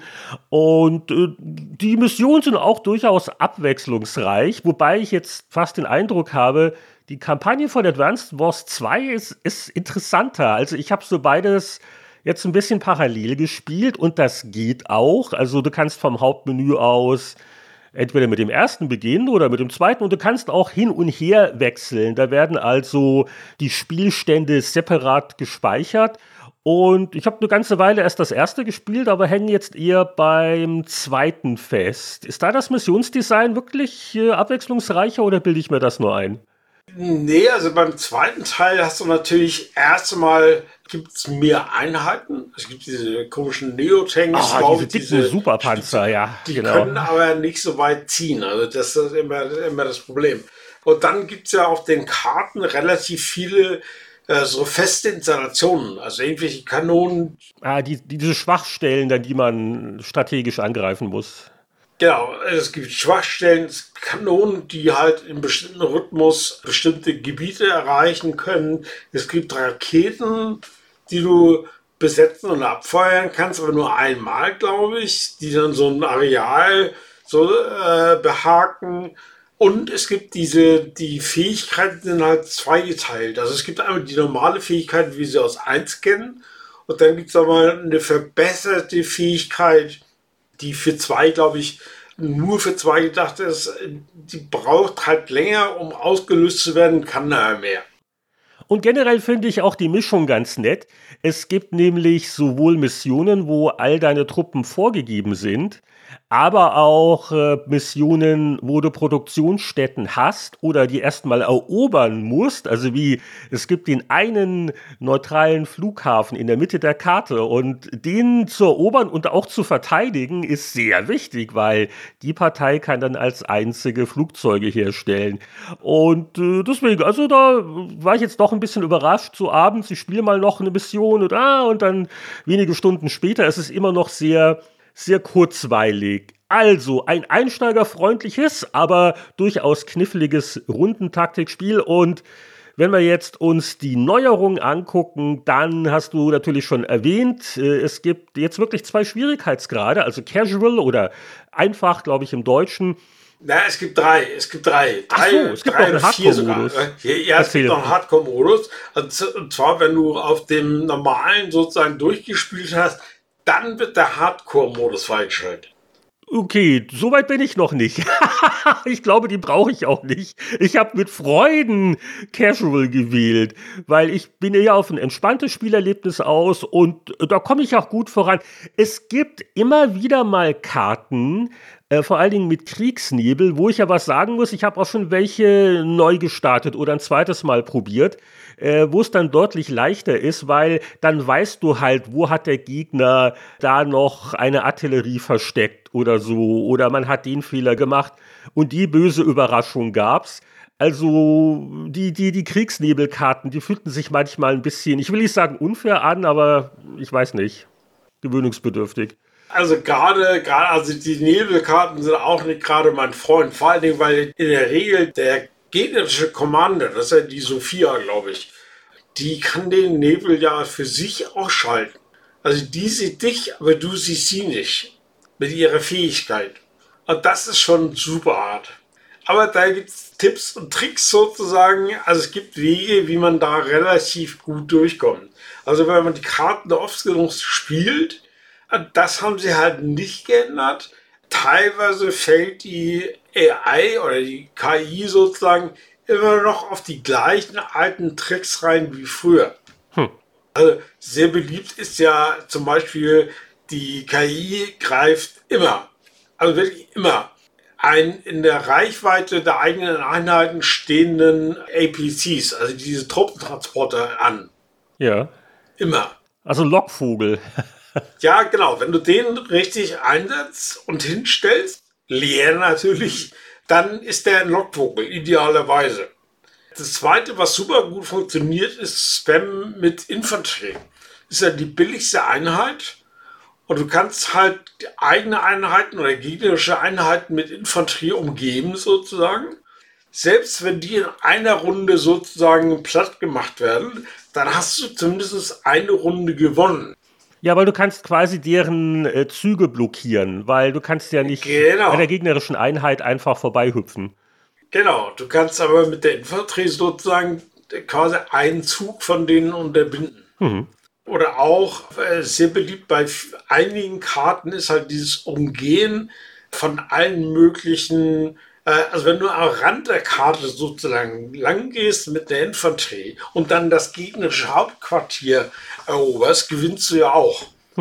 Und die Missionen sind auch durchaus abwechslungsreich, wobei ich jetzt fast den Eindruck habe, die Kampagne von Advanced Wars 2 ist interessanter. Also ich habe so beides jetzt ein bisschen parallel gespielt und das geht auch. Also du kannst vom Hauptmenü aus entweder mit dem ersten beginnen oder mit dem zweiten und du kannst auch hin und her wechseln. Da werden also die Spielstände separat gespeichert und ich habe eine ganze Weile erst das erste gespielt, aber hänge jetzt eher beim zweiten fest. Ist da das Missionsdesign wirklich abwechslungsreicher oder bilde ich mir das nur ein? Nee, also beim zweiten Teil hast du natürlich erstmal gibt es mehr Einheiten. Es gibt diese komischen Neotanks, diese dicken Superpanzer, ja. Die können aber nicht so weit ziehen. Also das ist immer das Problem. Und dann gibt es ja auf den Karten relativ viele so feste Installationen. Also irgendwelche Kanonen. Diese Schwachstellen, dann die man strategisch angreifen muss. Genau, es gibt Schwachstellen, Kanonen, die halt im bestimmten Rhythmus bestimmte Gebiete erreichen können. Es gibt Raketen, die du besetzen und abfeuern kannst, aber nur einmal, glaube ich, die dann so ein Areal so behaken. Und es gibt die Fähigkeiten sind halt zweigeteilt. Also es gibt einmal die normale Fähigkeit, wie wir sie aus 1 kennen. Und dann gibt es aber eine verbesserte Fähigkeit, die für 2, glaube ich, nur für 2 gedacht ist. Die braucht halt länger, um ausgelöst zu werden, kann daher mehr. Und generell finde ich auch die Mischung ganz nett. Es gibt nämlich sowohl Missionen, wo all deine Truppen vorgegeben sind, aber auch Missionen, wo du Produktionsstätten hast oder die erstmal erobern musst. Also wie, es gibt den einen neutralen Flughafen in der Mitte der Karte und den zu erobern und auch zu verteidigen ist sehr wichtig, weil die Partei kann dann als einzige Flugzeuge herstellen. Und deswegen, also da war ich jetzt doch ein bisschen überrascht, so abends, ich spiele mal noch eine Mission und dann wenige Stunden später ist es immer noch sehr kurzweilig. Also ein einsteigerfreundliches, aber durchaus kniffliges Rundentaktikspiel. Und wenn wir jetzt uns die Neuerungen angucken, dann hast du natürlich schon erwähnt, es gibt jetzt wirklich 2 Schwierigkeitsgrade, also Casual oder einfach, glaube ich, im Deutschen. Na, es gibt drei. Es gibt drei. Ach so, es gibt noch einen Hardcore-Modus. Ja, es gibt noch einen Hardcore-Modus. Und zwar, wenn du auf dem normalen sozusagen durchgespielt hast, dann wird der Hardcore-Modus freigeschaltet. Okay, soweit bin ich noch nicht. Ich glaube, die brauche ich auch nicht. Ich habe mit Freuden Casual gewählt, weil ich bin eher auf ein entspanntes Spielerlebnis aus und da komme ich auch gut voran. Es gibt immer wieder mal Karten, vor allen Dingen mit Kriegsnebel, wo ich aber sagen muss, ich habe auch schon welche neu gestartet oder ein zweites Mal probiert, wo es dann deutlich leichter ist, weil dann weißt du halt, wo hat der Gegner da noch eine Artillerie versteckt oder so, oder man hat den Fehler gemacht und die böse Überraschung gab's. Also die Kriegsnebelkarten, die fühlten sich manchmal ein bisschen, ich will nicht sagen unfair an, aber ich weiß nicht, gewöhnungsbedürftig. Also also die Nebelkarten sind auch nicht gerade mein Freund. Vor allen Dingen, weil in der Regel der gegnerische Commander, das ist ja die Sophia, glaube ich, die kann den Nebel ja für sich ausschalten. Also die sieht dich, aber du siehst sie nicht. Mit ihrer Fähigkeit. Und das ist schon super hart. Aber da gibt es Tipps und Tricks sozusagen. Also es gibt Wege, wie man da relativ gut durchkommt. Also wenn man die Karten oft genug spielt, das haben sie halt nicht geändert. Teilweise fällt die AI oder die KI sozusagen immer noch auf die gleichen alten Tricks rein wie früher. Also sehr beliebt ist ja zum Beispiel, die KI greift immer, also wirklich immer, einen in der Reichweite der eigenen Einheiten stehenden APCs, also diese Truppentransporter an. Ja. Immer. Also Lockvogel. Ja, genau. Wenn du den richtig einsetzt und hinstellst, leer natürlich, dann ist der ein Lockvogel, idealerweise. Das zweite, was super gut funktioniert, ist Spam mit Infanterie. Ist ja die billigste Einheit und du kannst halt eigene Einheiten oder gegnerische Einheiten mit Infanterie umgeben sozusagen. Selbst wenn die in einer Runde sozusagen platt gemacht werden, dann hast du zumindest eine Runde gewonnen. Ja, weil du kannst quasi deren Züge blockieren, weil du kannst ja nicht bei der gegnerischen Einheit einfach vorbeihüpfen. Genau, du kannst aber mit der Infanterie sozusagen quasi einen Zug von denen unterbinden. Oder auch sehr beliebt bei einigen Karten ist halt dieses Umgehen von allen möglichen, also wenn du am Rand der Karte sozusagen lang gehst mit der Infanterie und dann das gegnerische Hauptquartier eroberst, gewinnst du ja auch.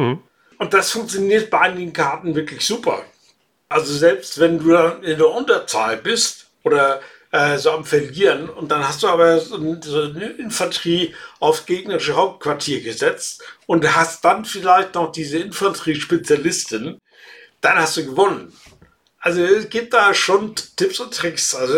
Und das funktioniert bei einigen Karten wirklich super. Also selbst wenn du dann in der Unterzahl bist oder so am Verlieren und dann hast du aber so eine Infanterie aufs gegnerische Hauptquartier gesetzt und hast dann vielleicht noch diese Infanteriespezialistin, dann hast du gewonnen. Also es gibt da schon Tipps und Tricks. Also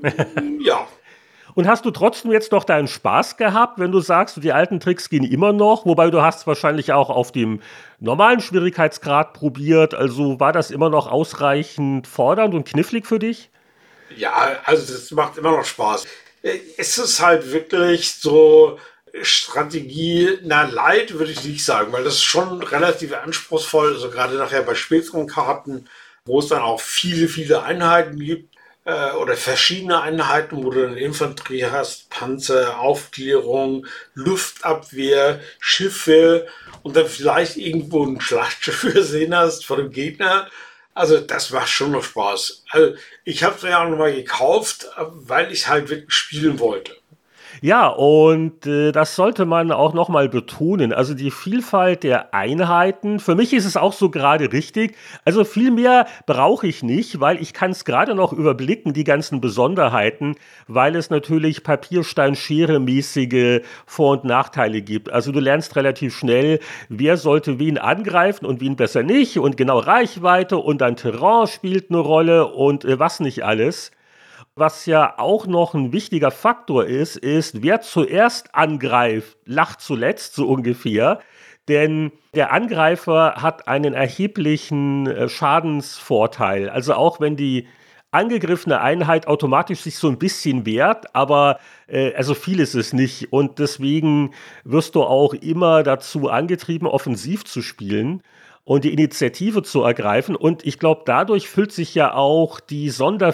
ja. Und hast du trotzdem jetzt noch deinen Spaß gehabt, wenn du sagst, die alten Tricks gehen immer noch, wobei du hast wahrscheinlich auch auf dem normalen Schwierigkeitsgrad probiert, also war das immer noch ausreichend fordernd und knifflig für dich? Ja, also das macht immer noch Spaß. Es ist halt wirklich so Strategie, light würde ich nicht sagen, weil das ist schon relativ anspruchsvoll, also gerade nachher bei späteren Karten, wo es dann auch viele, viele Einheiten gibt oder verschiedene Einheiten, wo du dann Infanterie hast, Panzer, Aufklärung, Luftabwehr, Schiffe und dann vielleicht irgendwo ein Schlachtschiff gesehen hast von dem Gegner. Also das macht schon noch Spaß. Also ich habe es ja auch nochmal gekauft, weil ich halt wirklich spielen wollte. Ja, und das sollte man auch nochmal betonen. Also die Vielfalt der Einheiten, für mich ist es auch so gerade richtig. Also viel mehr brauche ich nicht, weil ich kann es gerade noch überblicken, die ganzen Besonderheiten, weil es natürlich Papierstein-Schere-mäßige Vor- und Nachteile gibt. Also du lernst relativ schnell, wer sollte wen angreifen und wen besser nicht. Und genau Reichweite und dann Terrain spielt eine Rolle und was nicht alles. Was ja auch noch ein wichtiger Faktor ist, wer zuerst angreift, lacht zuletzt, so ungefähr. Denn der Angreifer hat einen erheblichen Schadensvorteil. Also auch wenn die angegriffene Einheit automatisch sich so ein bisschen wehrt, aber also viel ist es nicht. Und deswegen wirst du auch immer dazu angetrieben, offensiv zu spielen. und die Initiative zu ergreifen. Und ich glaube, dadurch füllt sich ja auch die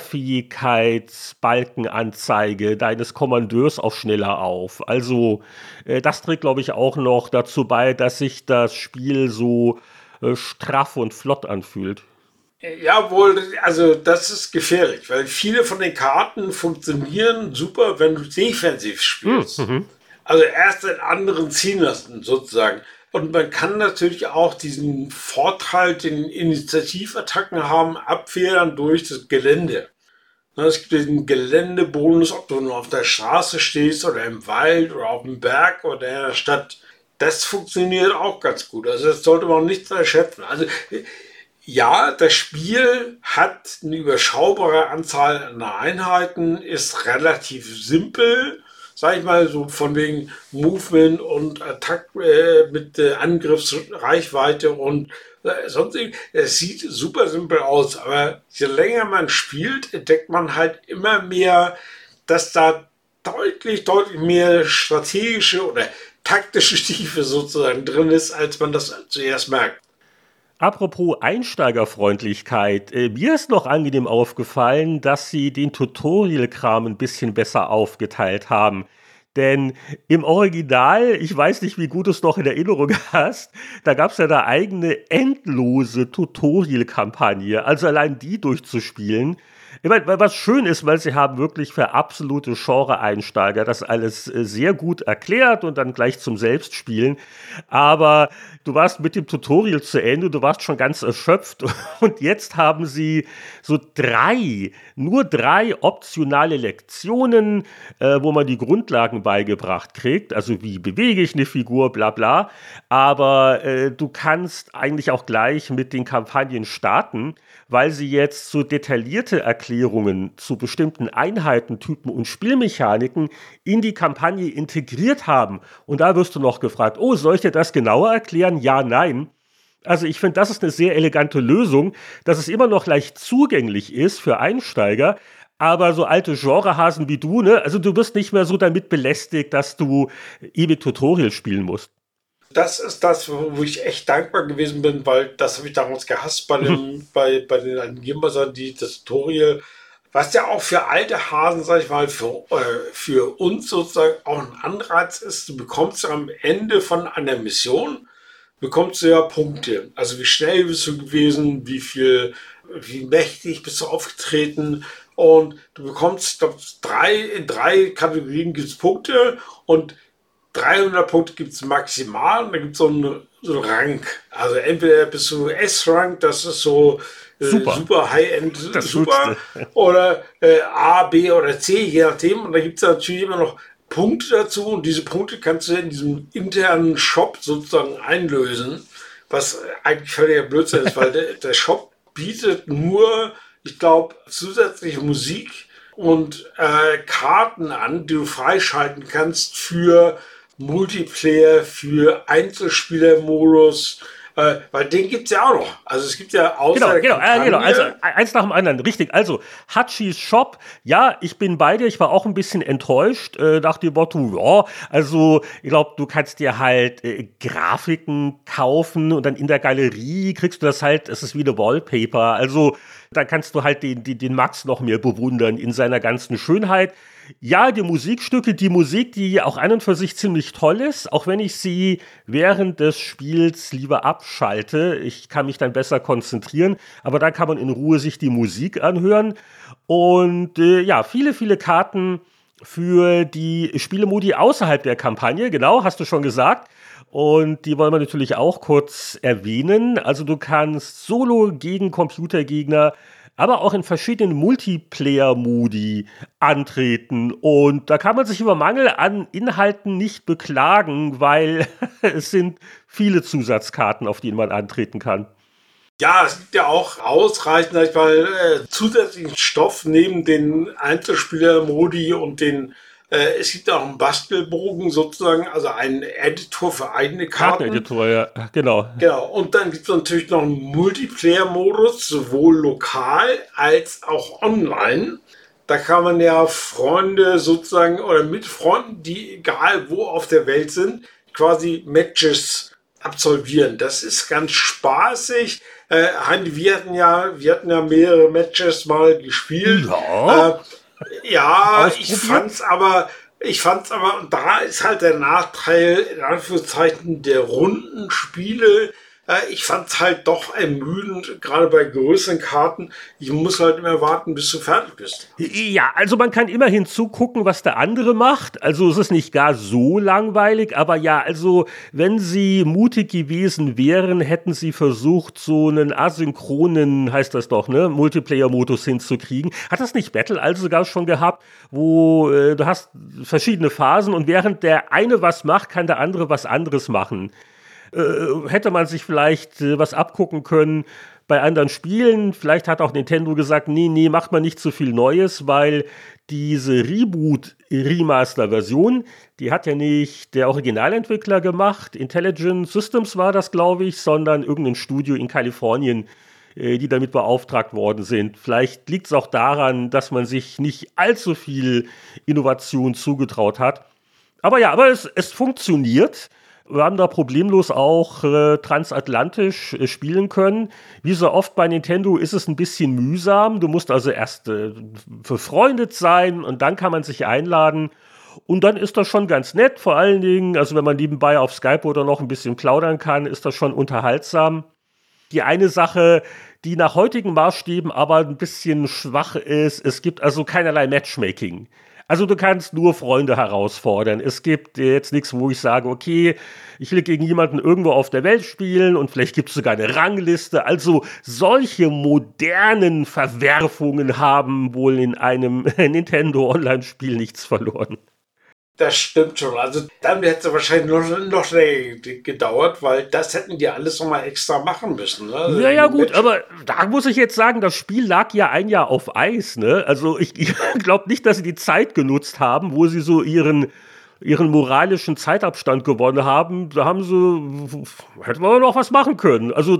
Sonderfähigkeitsbalkenanzeige deines Kommandeurs auch schneller auf. Also das trägt, glaube ich, auch noch dazu bei, dass sich das Spiel so straff und flott anfühlt. Jawohl, also das ist gefährlich, weil viele von den Karten funktionieren super, wenn du defensiv spielst. Also erst den anderen ziehen lassen, sozusagen. Und man kann natürlich auch diesen Vorteil, den Initiativattacken haben, abfedern durch das Gelände. Es gibt den Geländebonus, ob du nur auf der Straße stehst oder im Wald oder auf dem Berg oder in der Stadt. Das funktioniert auch ganz gut. Also das sollte man nicht unterschätzen. Also ja, das Spiel hat eine überschaubare Anzahl an Einheiten, ist relativ simpel, sag ich mal, so von wegen Movement und Attack mit Angriffsreichweite und sonst. Es sieht super simpel aus, aber je länger man spielt, entdeckt man halt immer mehr, dass da deutlich mehr strategische oder taktische Tiefe sozusagen drin ist, als man das zuerst merkt. Apropos Einsteigerfreundlichkeit, mir ist noch angenehm aufgefallen, dass sie den Tutorial-Kram ein bisschen besser aufgeteilt haben. Denn im Original, ich weiß nicht, wie gut du es noch in Erinnerung hast, da gab es ja eine eigene endlose Tutorial-Kampagne. Also allein die durchzuspielen. Ich meine, was schön ist, weil sie haben wirklich für absolute Genre-Einsteiger das alles sehr gut erklärt und dann gleich zum Selbstspielen. Aber du warst mit dem Tutorial zu Ende, du warst schon ganz erschöpft und jetzt haben sie so nur drei optionale Lektionen, wo man die Grundlagen beigebracht kriegt. Also wie bewege ich eine Figur, bla bla. Aber du kannst eigentlich auch gleich mit den Kampagnen starten, weil sie jetzt so detaillierte Erklärungen zu bestimmten Einheitentypen und Spielmechaniken in die Kampagne integriert haben. Und da wirst du noch gefragt, oh, soll ich dir das genauer erklären? Ja, nein. Also ich finde, das ist eine sehr elegante Lösung, dass es immer noch leicht zugänglich ist für Einsteiger, aber so alte Genrehasen wie du, ne, also du wirst nicht mehr so damit belästigt, dass du ewig Tutorial spielen musst. Das ist das, wo ich echt dankbar gewesen bin, weil das habe ich damals gehasst bei den Gamebustern, das Tutorial, was ja auch für alte Hasen, sag ich mal, für uns sozusagen auch ein Anreiz ist. Du bekommst am Ende von einer Mission, bekommst du ja Punkte. Also wie schnell bist du gewesen, wie mächtig bist du aufgetreten, und du bekommst, glaube ich, in drei Kategorien gibt es Punkte, und 300 Punkte gibt es maximal, und da gibt es so einen Rang. Also entweder bist du S-Rank, das ist so super High-End, super, oder A, B oder C, je nachdem. Und da gibt es natürlich immer noch Punkte dazu, und diese Punkte kannst du in diesem internen Shop sozusagen einlösen, was eigentlich völliger Blödsinn ist, weil der Shop bietet nur, ich glaube, zusätzliche Musik und Karten an, die du freischalten kannst für Multiplayer, für Einzelspielermodus, weil den gibt es ja auch noch. Also es gibt ja außer Genau. Also eins nach dem anderen, richtig. Also Hachis Shop, ja, ich bin bei dir, ich war auch ein bisschen enttäuscht nach dem Motto, ja, also ich glaube, du kannst dir halt Grafiken kaufen und dann in der Galerie kriegst du das halt, es ist wie eine Wallpaper, also da kannst du halt den Max noch mehr bewundern in seiner ganzen Schönheit. Ja, die Musikstücke, die Musik, die auch an und für sich ziemlich toll ist, auch wenn ich sie während des Spiels lieber abschalte. Ich kann mich dann besser konzentrieren, aber da kann man in Ruhe sich die Musik anhören. Und ja, viele Karten für die Spielemodi außerhalb der Kampagne, genau, hast du schon gesagt. Und die wollen wir natürlich auch kurz erwähnen. Also du kannst Solo gegen Computergegner, aber auch in verschiedenen Multiplayer-Modi antreten. Und da kann man sich über Mangel an Inhalten nicht beklagen, weil es sind viele Zusatzkarten, auf denen man antreten kann. Ja, es gibt ja auch ausreichend, sag ich mal, zusätzlichen Stoff neben den Einzelspieler-Modi und es gibt auch einen Bastelbogen sozusagen, also einen Editor für eigene Karten. Karteneditor, ja, genau. Genau, und dann gibt es natürlich noch einen Multiplayer-Modus, sowohl lokal als auch online. Da kann man ja Freunde sozusagen oder mit Freunden, die egal wo auf der Welt sind, quasi Matches absolvieren. Das ist ganz spaßig. Heini, wir hatten ja mehrere Matches mal gespielt. Ja, ich fand's aber, und da ist halt der Nachteil, in Anführungszeichen, der Rundenspiele. Ich fand's halt doch ermüdend, gerade bei größeren Karten. Ich muss halt immer warten, bis du fertig bist. Ja, also man kann immerhin zugucken, was der andere macht. Also es ist nicht gar so langweilig, aber ja, also wenn sie mutig gewesen wären, hätten sie versucht, so einen asynchronen, heißt das doch, ne, Multiplayer-Modus hinzukriegen. Hat das nicht Battle also sogar schon gehabt, wo du hast verschiedene Phasen und während der eine was macht, kann der andere was anderes machen. Hätte man sich vielleicht was abgucken können bei anderen Spielen. Vielleicht hat auch Nintendo gesagt, nee, macht man nicht so viel Neues, weil diese Reboot-Remaster-Version, die hat ja nicht der Originalentwickler gemacht, Intelligent Systems war das, glaube ich, sondern irgendein Studio in Kalifornien, die damit beauftragt worden sind. Vielleicht liegt es auch daran, dass man sich nicht allzu viel Innovation zugetraut hat. Aber es funktioniert. Wir haben da problemlos auch transatlantisch spielen können. Wie so oft bei Nintendo ist es ein bisschen mühsam. Du musst also erst befreundet sein und dann kann man sich einladen. Und dann ist das schon ganz nett. Vor allen Dingen, also wenn man nebenbei auf Skype oder noch ein bisschen plaudern kann, ist das schon unterhaltsam. Die eine Sache, die nach heutigen Maßstäben aber ein bisschen schwach ist, es gibt also keinerlei Matchmaking. Also du kannst nur Freunde herausfordern. Es gibt jetzt nichts, wo ich sage, okay, ich will gegen jemanden irgendwo auf der Welt spielen und vielleicht gibt es sogar eine Rangliste. Also solche modernen Verwerfungen haben wohl in einem Nintendo Online-Spiel nichts verloren. Das stimmt schon. Also dann hätte es wahrscheinlich noch gedauert, weil das hätten die alles nochmal extra machen müssen. Ne? Ja, gut, aber da muss ich jetzt sagen, das Spiel lag ja ein Jahr auf Eis. Ne? Also ich glaube nicht, dass sie die Zeit genutzt haben, wo sie so ihren moralischen Zeitabstand gewonnen haben. Da hätten wir noch was machen können. Also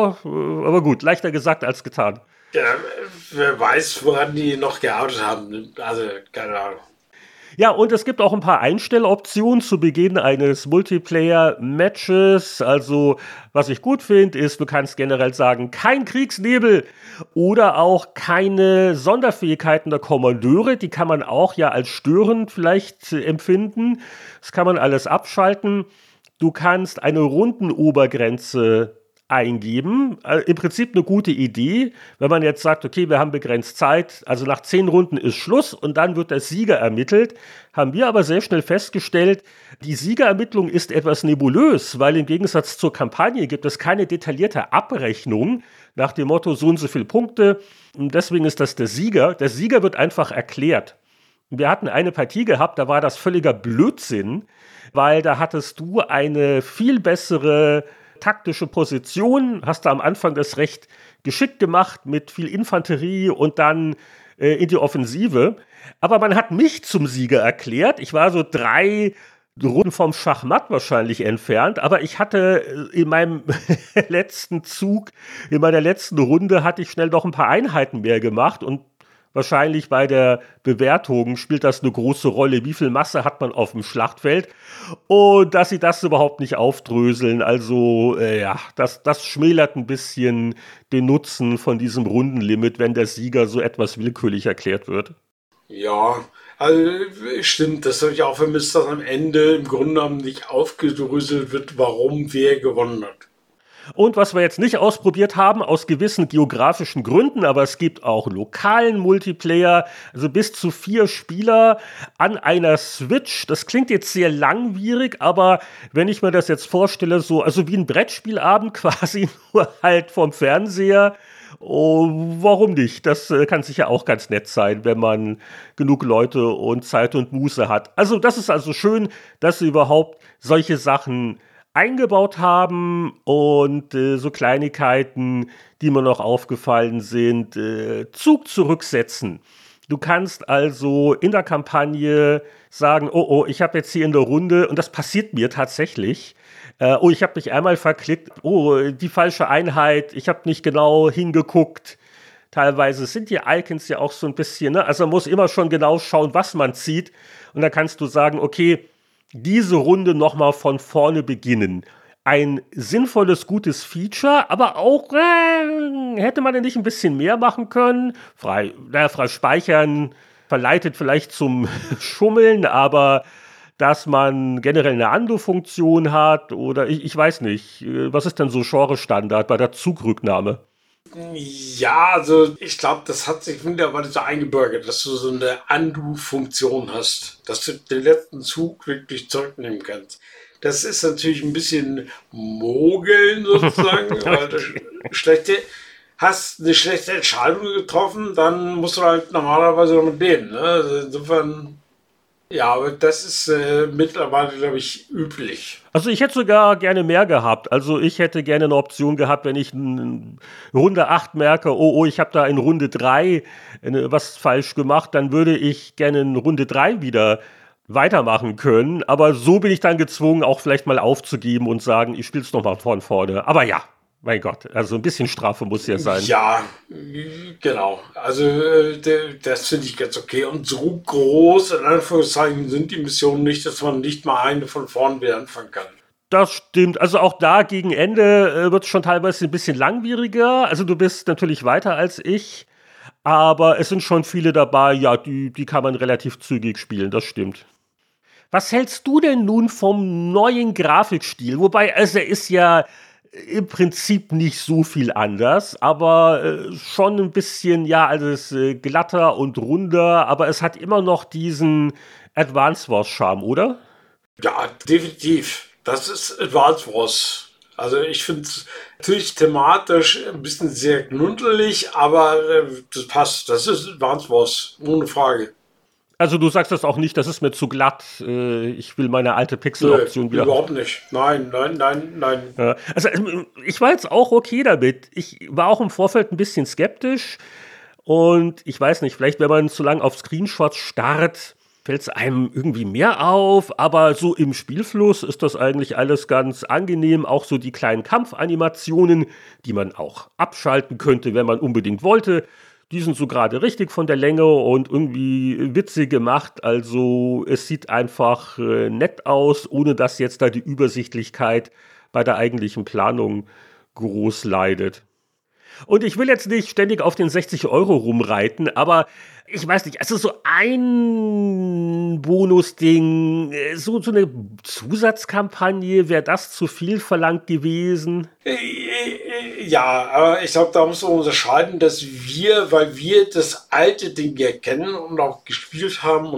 aber gut, leichter gesagt als getan. Ja, wer weiß, woran die noch gearbeitet haben. Also, keine Ahnung. Ja, und es gibt auch ein paar Einstelloptionen zu Beginn eines Multiplayer-Matches. Also, was ich gut finde, ist, du kannst generell sagen, kein Kriegsnebel oder auch keine Sonderfähigkeiten der Kommandeure. Die kann man auch ja als störend vielleicht empfinden. Das kann man alles abschalten. Du kannst eine Rundenobergrenze eingeben. Im Prinzip eine gute Idee, wenn man jetzt sagt, okay, wir haben begrenzt Zeit, also nach 10 Runden ist Schluss und dann wird der Sieger ermittelt. Haben wir aber sehr schnell festgestellt, die Siegerermittlung ist etwas nebulös, weil im Gegensatz zur Kampagne gibt es keine detaillierte Abrechnung nach dem Motto so und so viele Punkte. Und deswegen ist das der Sieger. Der Sieger wird einfach erklärt. Wir hatten eine Partie gehabt, da war das völliger Blödsinn, weil da hattest du eine viel bessere taktische Position, hast du am Anfang das recht geschickt gemacht mit viel Infanterie und dann in die Offensive. Aber man hat mich zum Sieger erklärt. Ich war so 3 Runden vom Schachmatt wahrscheinlich entfernt, aber ich hatte in meinem letzten Zug, in meiner letzten Runde hatte ich schnell noch ein paar Einheiten mehr gemacht und wahrscheinlich bei der Bewertung spielt das eine große Rolle. Wie viel Masse hat man auf dem Schlachtfeld? Und dass sie das überhaupt nicht aufdröseln. Also, das schmälert ein bisschen den Nutzen von diesem Rundenlimit, wenn der Sieger so etwas willkürlich erklärt wird. Ja, also stimmt. Das habe ich auch vermisst, dass am Ende im Grunde genommen nicht aufgedröselt wird, warum wer gewonnen hat. Und was wir jetzt nicht ausprobiert haben, aus gewissen geografischen Gründen, aber es gibt auch lokalen Multiplayer, also bis zu 4 Spieler an einer Switch. Das klingt jetzt sehr langwierig, aber wenn ich mir das jetzt vorstelle, also wie ein Brettspielabend quasi, nur halt vom Fernseher, warum nicht? Das kann sicher auch ganz nett sein, wenn man genug Leute und Zeit und Muße hat. Also das ist also schön, dass sie überhaupt solche Sachen eingebaut haben und so Kleinigkeiten, die mir noch aufgefallen sind, Zug zurücksetzen. Du kannst also in der Kampagne sagen, ich habe jetzt hier in der Runde, und das passiert mir tatsächlich, ich habe mich einmal verklickt, die falsche Einheit, ich habe nicht genau hingeguckt. Teilweise sind die Icons ja auch so ein bisschen, ne? Also man muss immer schon genau schauen, was man zieht. Und dann kannst du sagen, okay, diese Runde nochmal von vorne beginnen. ein sinnvolles, gutes Feature, aber auch hätte man denn nicht ein bisschen mehr machen können? Frei speichern verleitet vielleicht zum Schummeln, aber dass man generell eine Undo-Funktion hat oder ich weiß nicht. Was ist denn so Genre-Standard bei der Zugrücknahme? Ja, also ich glaube, das hat sich mittlerweile so eingebürgert, dass du so eine Undo-Funktion hast, dass du den letzten Zug wirklich zurücknehmen kannst. Das ist natürlich ein bisschen Mogeln sozusagen, weil du hast eine schlechte Entscheidung getroffen, dann musst du halt normalerweise damit leben. Ne? Also insofern, ja, aber das ist mittlerweile, glaube ich, üblich. Also ich hätte sogar gerne mehr gehabt. Also ich hätte gerne eine Option gehabt, wenn ich in Runde 8 merke, oh, ich habe da in Runde 3 was falsch gemacht, dann würde ich gerne in Runde 3 wieder weitermachen können. Aber so bin ich dann gezwungen, auch vielleicht mal aufzugeben und sagen, ich spiele es nochmal von vorne. Aber ja, mein Gott, also ein bisschen Strafe muss ja sein. Ja, genau. Also das finde ich ganz okay. Und so groß, in Anführungszeichen, sind die Missionen nicht, dass man nicht mal eine von vorn wieder anfangen kann. Das stimmt. Also auch da gegen Ende wird es schon teilweise ein bisschen langwieriger. Also du bist natürlich weiter als ich, aber es sind schon viele dabei, ja, die kann man relativ zügig spielen, das stimmt. Was hältst du denn nun vom neuen Grafikstil? Wobei, also er ist ja im Prinzip nicht so viel anders, aber schon ein bisschen, ja, also es ist glatter und runder, aber es hat immer noch diesen Advance Wars Charme, oder? Ja, definitiv. Das ist Advance Wars. Also ich finde es natürlich thematisch ein bisschen sehr knuddelig, aber das passt. Das ist Advance Wars, ohne Frage. Also du sagst das auch nicht, das ist mir zu glatt. Ich will meine alte Pixel-Option wieder. Überhaupt nicht. Nein. Ja, also ich war jetzt auch okay damit. Ich war auch im Vorfeld ein bisschen skeptisch. Und ich weiß nicht, vielleicht wenn man zu lange auf Screenshots starrt, fällt es einem irgendwie mehr auf. Aber so im Spielfluss ist das eigentlich alles ganz angenehm. Auch so die kleinen Kampfanimationen, die man auch abschalten könnte, wenn man unbedingt wollte. Die sind so gerade richtig von der Länge und irgendwie witzig gemacht. Also es sieht einfach nett aus, ohne dass jetzt da die Übersichtlichkeit bei der eigentlichen Planung groß leidet. Und ich will jetzt nicht ständig auf den 60 Euro rumreiten, aber ich weiß nicht, also so ein Bonusding, so eine Zusatzkampagne, wäre das zu viel verlangt gewesen? Ja, aber ich glaube, da muss man unterscheiden, dass weil wir das alte Ding ja kennen und auch gespielt haben,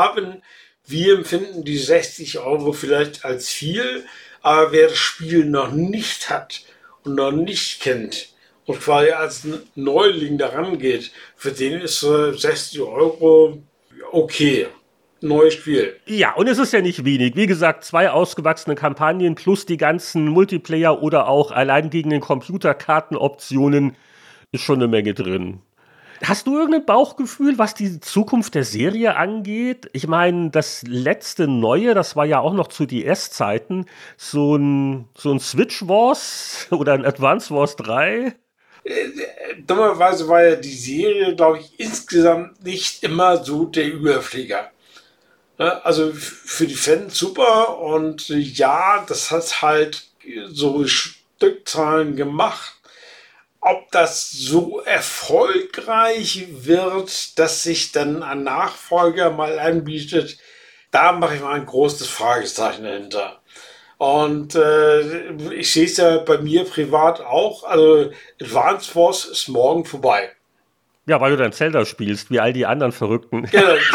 wir empfinden die 60 Euro vielleicht als viel, aber wer das Spiel noch nicht hat und noch nicht kennt, und quasi als Neuling daran geht, für den ist 60 Euro okay. Neues Spiel. Ja, und es ist ja nicht wenig. Wie gesagt, 2 ausgewachsene Kampagnen plus die ganzen Multiplayer- oder auch allein gegen den Computerkartenoptionen ist schon eine Menge drin. Hast du irgendein Bauchgefühl, was die Zukunft der Serie angeht? Ich meine, das letzte Neue, das war ja auch noch zu DS-Zeiten, so ein Switch Wars oder ein Advance Wars 3. Dummerweise war ja die Serie, glaube ich, insgesamt nicht immer so der Überflieger. Also für die Fans super und ja, das hat halt so Stückzahlen gemacht. Ob das so erfolgreich wird, dass sich dann ein Nachfolger mal anbietet, da mache ich mal ein großes Fragezeichen dahinter. Und ich sehe es ja bei mir privat auch. Also Advance Wars ist morgen vorbei. Ja, weil du dann Zelda spielst, wie all die anderen Verrückten.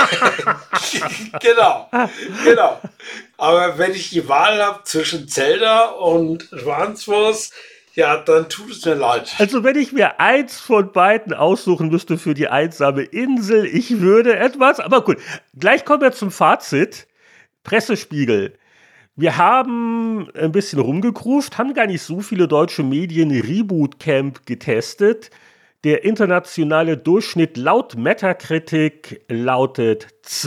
Genau. Aber wenn ich die Wahl habe zwischen Zelda und Advance Wars, ja, dann tut es mir leid. Also wenn ich mir eins von beiden aussuchen müsste für die einsame Insel, ich würde etwas, aber gut, gleich kommen wir zum Fazit. Pressespiegel. Wir haben ein bisschen rumgekruft, haben gar nicht so viele deutsche Medien Reboot Camp getestet. Der internationale Durchschnitt laut Metacritic lautet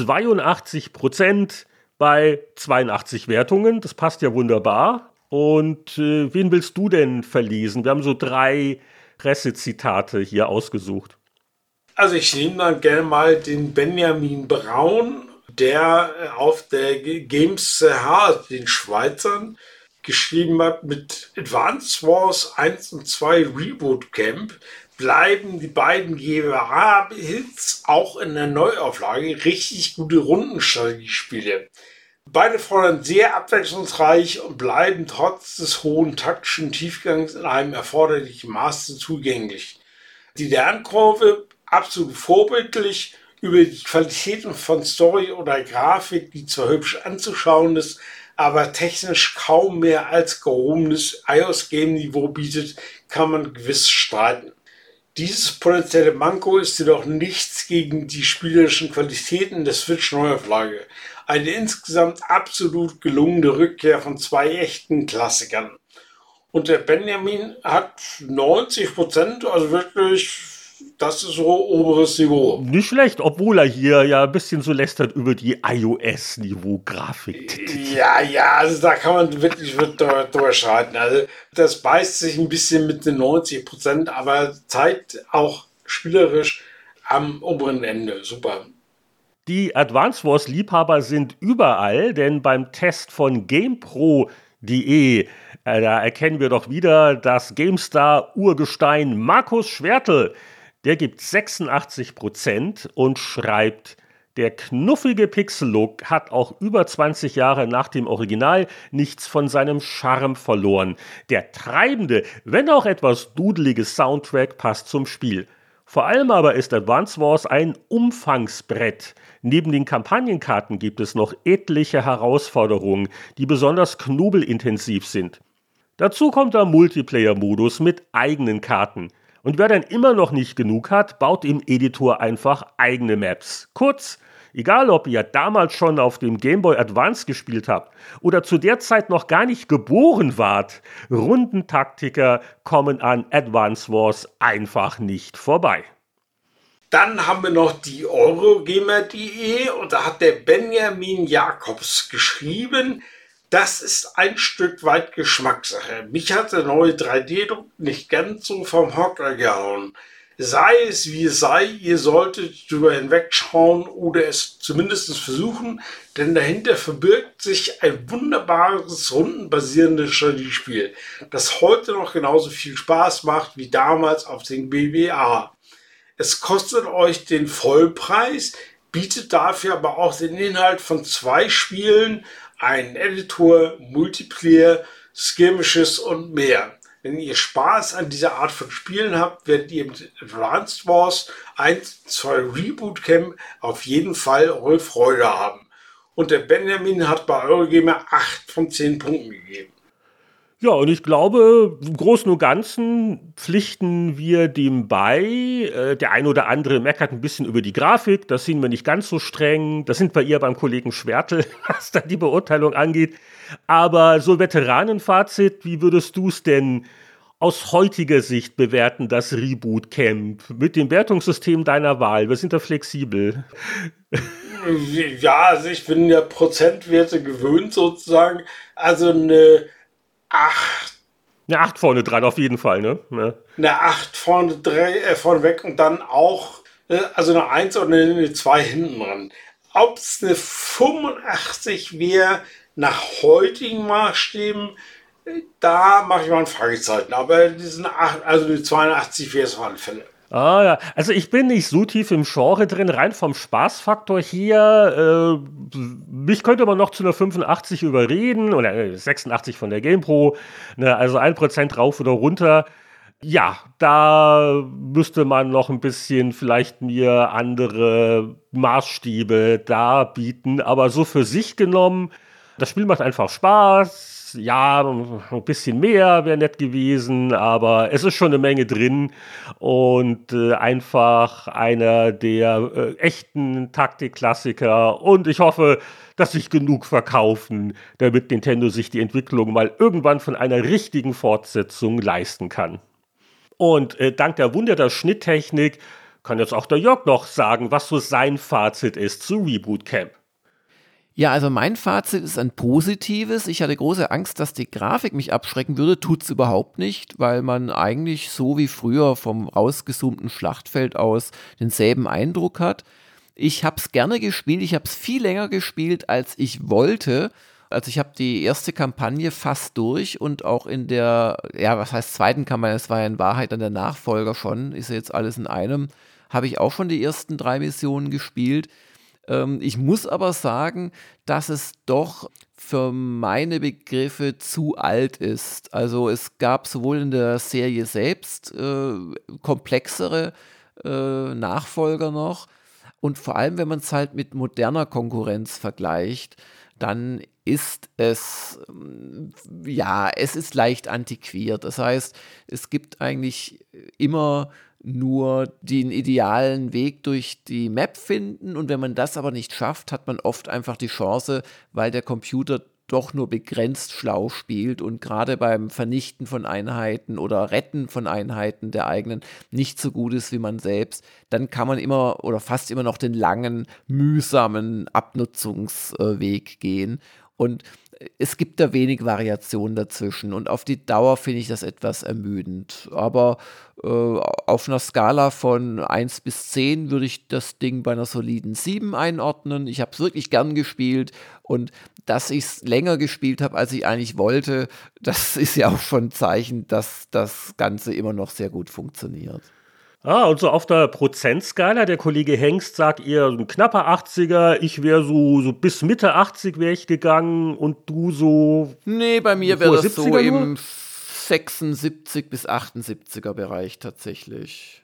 82% bei 82 Wertungen. Das passt ja wunderbar. Und wen willst du denn verlesen? Wir haben so 3 Pressezitate hier ausgesucht. Also ich nehme dann gerne mal den Benjamin Braun, der auf der Games den Schweizern geschrieben hat, mit Advance Wars 1 und 2 Reboot Camp bleiben die beiden GBA-Hits auch in der Neuauflage richtig gute Rundenstrategiespiele. Beide fordern sehr abwechslungsreich und bleiben trotz des hohen taktischen Tiefgangs in einem erforderlichen Maße zugänglich. Die Lernkurve absolut vorbildlich, über die Qualität von Story oder Grafik, die zwar hübsch anzuschauen ist, aber technisch kaum mehr als gehobenes iOS-Game-Niveau bietet, kann man gewiss streiten. Dieses potenzielle Manko ist jedoch nichts gegen die spielerischen Qualitäten der Switch-Neuauflage. Eine insgesamt absolut gelungene Rückkehr von zwei echten Klassikern. Und der Benjamin hat 90%, also wirklich, das ist so oberes Niveau. Nicht schlecht, obwohl er hier ja ein bisschen so lästert über die iOS-Niveau-Grafik. Ja, also da kann man wirklich durchschreiten. Also das beißt sich ein bisschen mit den 90%, aber zeigt auch spielerisch am oberen Ende. Super. Die Advance Wars Liebhaber sind überall, denn beim Test von GamePro.de da erkennen wir doch wieder das GameStar-Urgestein Markus Schwertl. Der gibt 86% und schreibt, der knuffige Pixel-Look hat auch über 20 Jahre nach dem Original nichts von seinem Charme verloren. Der treibende, wenn auch etwas dudelige Soundtrack passt zum Spiel. Vor allem aber ist Advance Wars ein Umfangsbrett. Neben den Kampagnenkarten gibt es noch etliche Herausforderungen, die besonders knubelintensiv sind. Dazu kommt der Multiplayer-Modus mit eigenen Karten. Und wer dann immer noch nicht genug hat, baut im Editor einfach eigene Maps. Kurz, egal ob ihr damals schon auf dem Game Boy Advance gespielt habt oder zu der Zeit noch gar nicht geboren wart, Rundentaktiker kommen an Advance Wars einfach nicht vorbei. Dann haben wir noch die Eurogamer.de und da hat der Benjamin Jakobs geschrieben, das ist ein Stück weit Geschmackssache. Mich hat der neue 3D-Druck nicht ganz so vom Hocker gehauen. Sei es wie es sei, ihr solltet drüber hinwegschauen oder es zumindest versuchen, denn dahinter verbirgt sich ein wunderbares, rundenbasierendes Strategiespiel, das heute noch genauso viel Spaß macht wie damals auf den BBA. Es kostet euch den Vollpreis, bietet dafür aber auch den Inhalt von 2 Spielen, einen Editor, Multiplayer, Skirmishes und mehr. Wenn ihr Spaß an dieser Art von Spielen habt, werdet ihr mit Advanced Wars 1 und 2 Reboot Camp auf jeden Fall eure Freude haben. Und der Benjamin hat bei Eurogamer 8 von 10 Punkten gegeben. Ja, und ich glaube, im Großen und Ganzen pflichten wir dem bei. Der ein oder andere meckert ein bisschen über die Grafik, das sehen wir nicht ganz so streng. Das sind wir eher beim Kollegen Schwertl, was da die Beurteilung angeht. Aber so Veteranenfazit, wie würdest du es denn aus heutiger Sicht bewerten, das Reboot Camp, mit dem Wertungssystem deiner Wahl? Wir sind da flexibel. Ja, also ich bin ja Prozentwerte gewöhnt sozusagen. Also eine 8. Eine 8 vorne dran, auf jeden Fall, ne? Ja. Eine 8 vorne weg und dann auch, also eine 1 oder eine 2 hinten dran. Ob es eine 85 wäre, nach heutigen Maßstäben, da mache ich mal ein Fragezeichen. Aber diesen 8, also eine 82 wäre es auf alle Fälle. Ah ja, also ich bin nicht so tief im Genre drin, rein vom Spaßfaktor hier. Mich könnte man noch zu einer 85 überreden oder 86 von der GamePro, ne, also 1% rauf oder runter. Ja, da müsste man noch ein bisschen vielleicht mir andere Maßstäbe darbieten, aber so für sich genommen, das Spiel macht einfach Spaß. Ja, ein bisschen mehr wäre nett gewesen, aber es ist schon eine Menge drin und einfach einer der echten Taktikklassiker und ich hoffe, dass sich genug verkaufen, damit Nintendo sich die Entwicklung mal irgendwann von einer richtigen Fortsetzung leisten kann. Und dank der Wunder der Schnitttechnik kann jetzt auch der Jörg noch sagen, was so sein Fazit ist zu Reboot Camp. Ja, also mein Fazit ist ein positives. Ich hatte große Angst, dass die Grafik mich abschrecken würde. Tut's überhaupt nicht, weil man eigentlich so wie früher vom rausgezoomten Schlachtfeld aus denselben Eindruck hat. Ich habe es gerne gespielt. Ich habe es viel länger gespielt, als ich wollte. Also ich habe die erste Kampagne fast durch und auch in der, was heißt zweiten Kampagne, es war ja in Wahrheit dann der Nachfolger schon, ist ja jetzt alles in einem, habe ich auch schon die ersten 3 Missionen gespielt. Ich muss aber sagen, dass es doch für meine Begriffe zu alt ist. Also es gab sowohl in der Serie selbst komplexere Nachfolger noch und vor allem, wenn man es halt mit moderner Konkurrenz vergleicht, dann ist es, es ist leicht antiquiert. Das heißt, es gibt eigentlich immer nur den idealen Weg durch die Map finden und wenn man das aber nicht schafft, hat man oft einfach die Chance, weil der Computer doch nur begrenzt schlau spielt und gerade beim Vernichten von Einheiten oder Retten von Einheiten der eigenen nicht so gut ist wie man selbst, dann kann man immer oder fast immer noch den langen, mühsamen Abnutzungsweg gehen. Und es gibt da wenig Variation dazwischen und auf die Dauer finde ich das etwas ermüdend. Aber auf einer Skala von 1 bis 10 würde ich das Ding bei einer soliden 7 einordnen. Ich habe es wirklich gern gespielt und dass ich es länger gespielt habe, als ich eigentlich wollte, das ist ja auch schon ein Zeichen, dass das Ganze immer noch sehr gut funktioniert. Und so auf der Prozentskala, der Kollege Hengst sagt eher so ein knapper 80er, ich wäre so bis Mitte 80 wäre ich gegangen und du so... Nee, bei mir wäre das so im 76 bis 78er Bereich tatsächlich.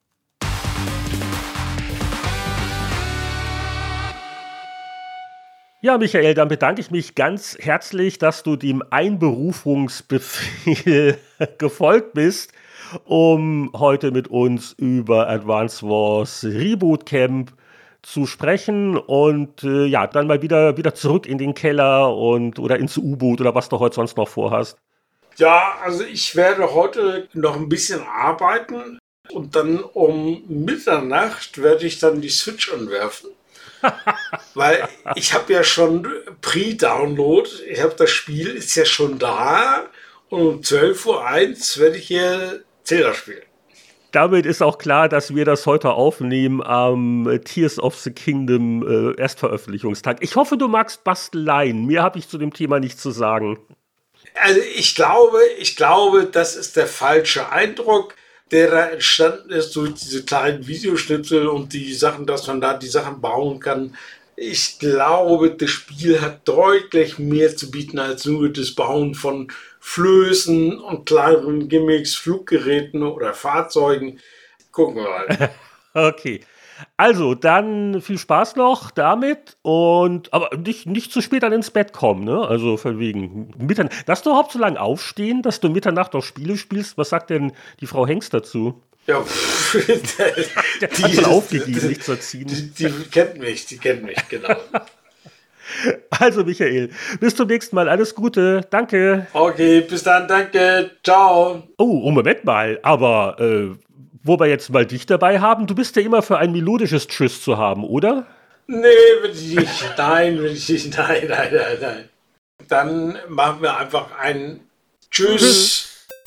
Ja, Michael, dann bedanke ich mich ganz herzlich, dass du dem Einberufungsbefehl gefolgt bist, um heute mit uns über Advance Wars Reboot Camp zu sprechen und dann mal wieder zurück in den Keller oder ins U-Boot oder was du heute sonst noch vorhast. Ja, also ich werde heute noch ein bisschen arbeiten und dann um Mitternacht werde ich dann die Switch anwerfen. Weil ich habe ja schon Pre-Download, das Spiel ist ja schon da und um 12:01 Uhr werde ich hier Zelda spielen. Damit ist auch klar, dass wir das heute aufnehmen am Tears of the Kingdom Erstveröffentlichungstag. Ich hoffe, du magst Basteleien. Mehr habe ich zu dem Thema nicht zu sagen. Also ich glaube, das ist der falsche Eindruck, der da entstanden ist durch diese kleinen Videoschnipsel und die Sachen, dass man da die Sachen bauen kann. Ich glaube, das Spiel hat deutlich mehr zu bieten als nur das Bauen von Flößen und kleineren Gimmicks, Fluggeräten oder Fahrzeugen. Gucken wir mal. Okay. Also, dann viel Spaß noch damit aber nicht zu spät dann ins Bett kommen, ne? Also von wegen Mitternacht. Darfst du überhaupt so lange aufstehen, dass du Mitternacht noch Spiele spielst? Was sagt denn die Frau Hengst dazu? Ja, die hat schon aufgegeben, nicht zu erziehen. Die kennt mich, genau. Also Michael, bis zum nächsten Mal. Alles Gute. Danke. Okay, bis dann. Danke. Ciao. Oh, Moment mal. Aber wo wir jetzt mal dich dabei haben, du bist ja immer für ein melodisches Tschüss zu haben, oder? Nee, will ich nicht. Nein. Dann machen wir einfach ein Tschüss.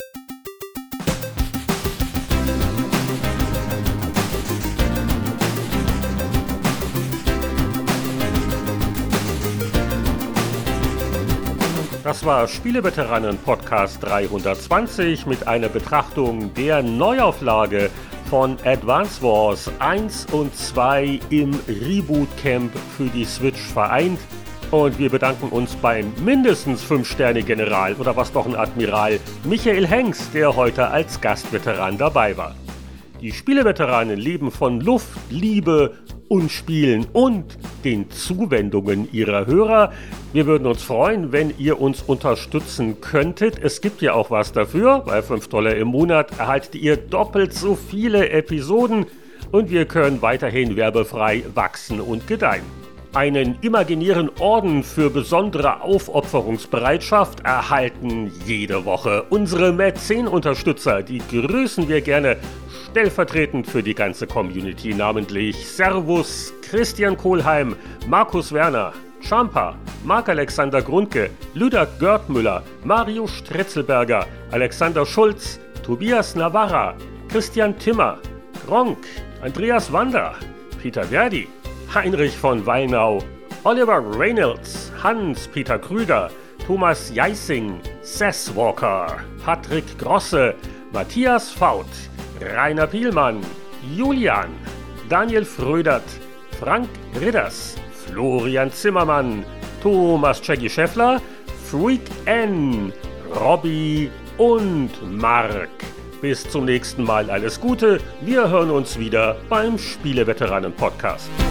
Das war Spieleveteranen-Podcast 320 mit einer Betrachtung der Neuauflage von Advance Wars 1 und 2 im Reboot Camp für die Switch vereint. Und wir bedanken uns beim mindestens 5-Sterne-General oder was doch ein Admiral Michael Hengst, der heute als Gastveteran dabei war. Die Spieleveteranen leben von Luft, Liebe und Spielen und den Zuwendungen ihrer Hörer. Wir würden uns freuen, wenn ihr uns unterstützen könntet. Es gibt ja auch was dafür. Bei $5 im Monat erhaltet ihr doppelt so viele Episoden und wir können weiterhin werbefrei wachsen und gedeihen. Einen imaginären Orden für besondere Aufopferungsbereitschaft erhalten jede Woche unsere Mäzen-Unterstützer. Die grüßen wir gerne stellvertretend für die ganze Community, namentlich Servus, Christian Kohlheim, Markus Werner, Champa, Marc-Alexander Grundke, Lüder Görtmüller, Mario Stretzelberger, Alexander Schulz, Tobias Navarra, Christian Timmer, Gronk, Andreas Wander, Peter Verdi, Heinrich von Weinau Oliver Reynolds, Hans-Peter Krüger, Thomas Jeissing, Seth Walker, Patrick Grosse, Matthias Faut, Rainer Pielmann, Julian, Daniel Frödert, Frank Ridders, Florian Zimmermann, Thomas Jackie Scheffler, Freak N, Robby und Mark. Bis zum nächsten Mal alles Gute. Wir hören uns wieder beim Spieleveteranen-Podcast.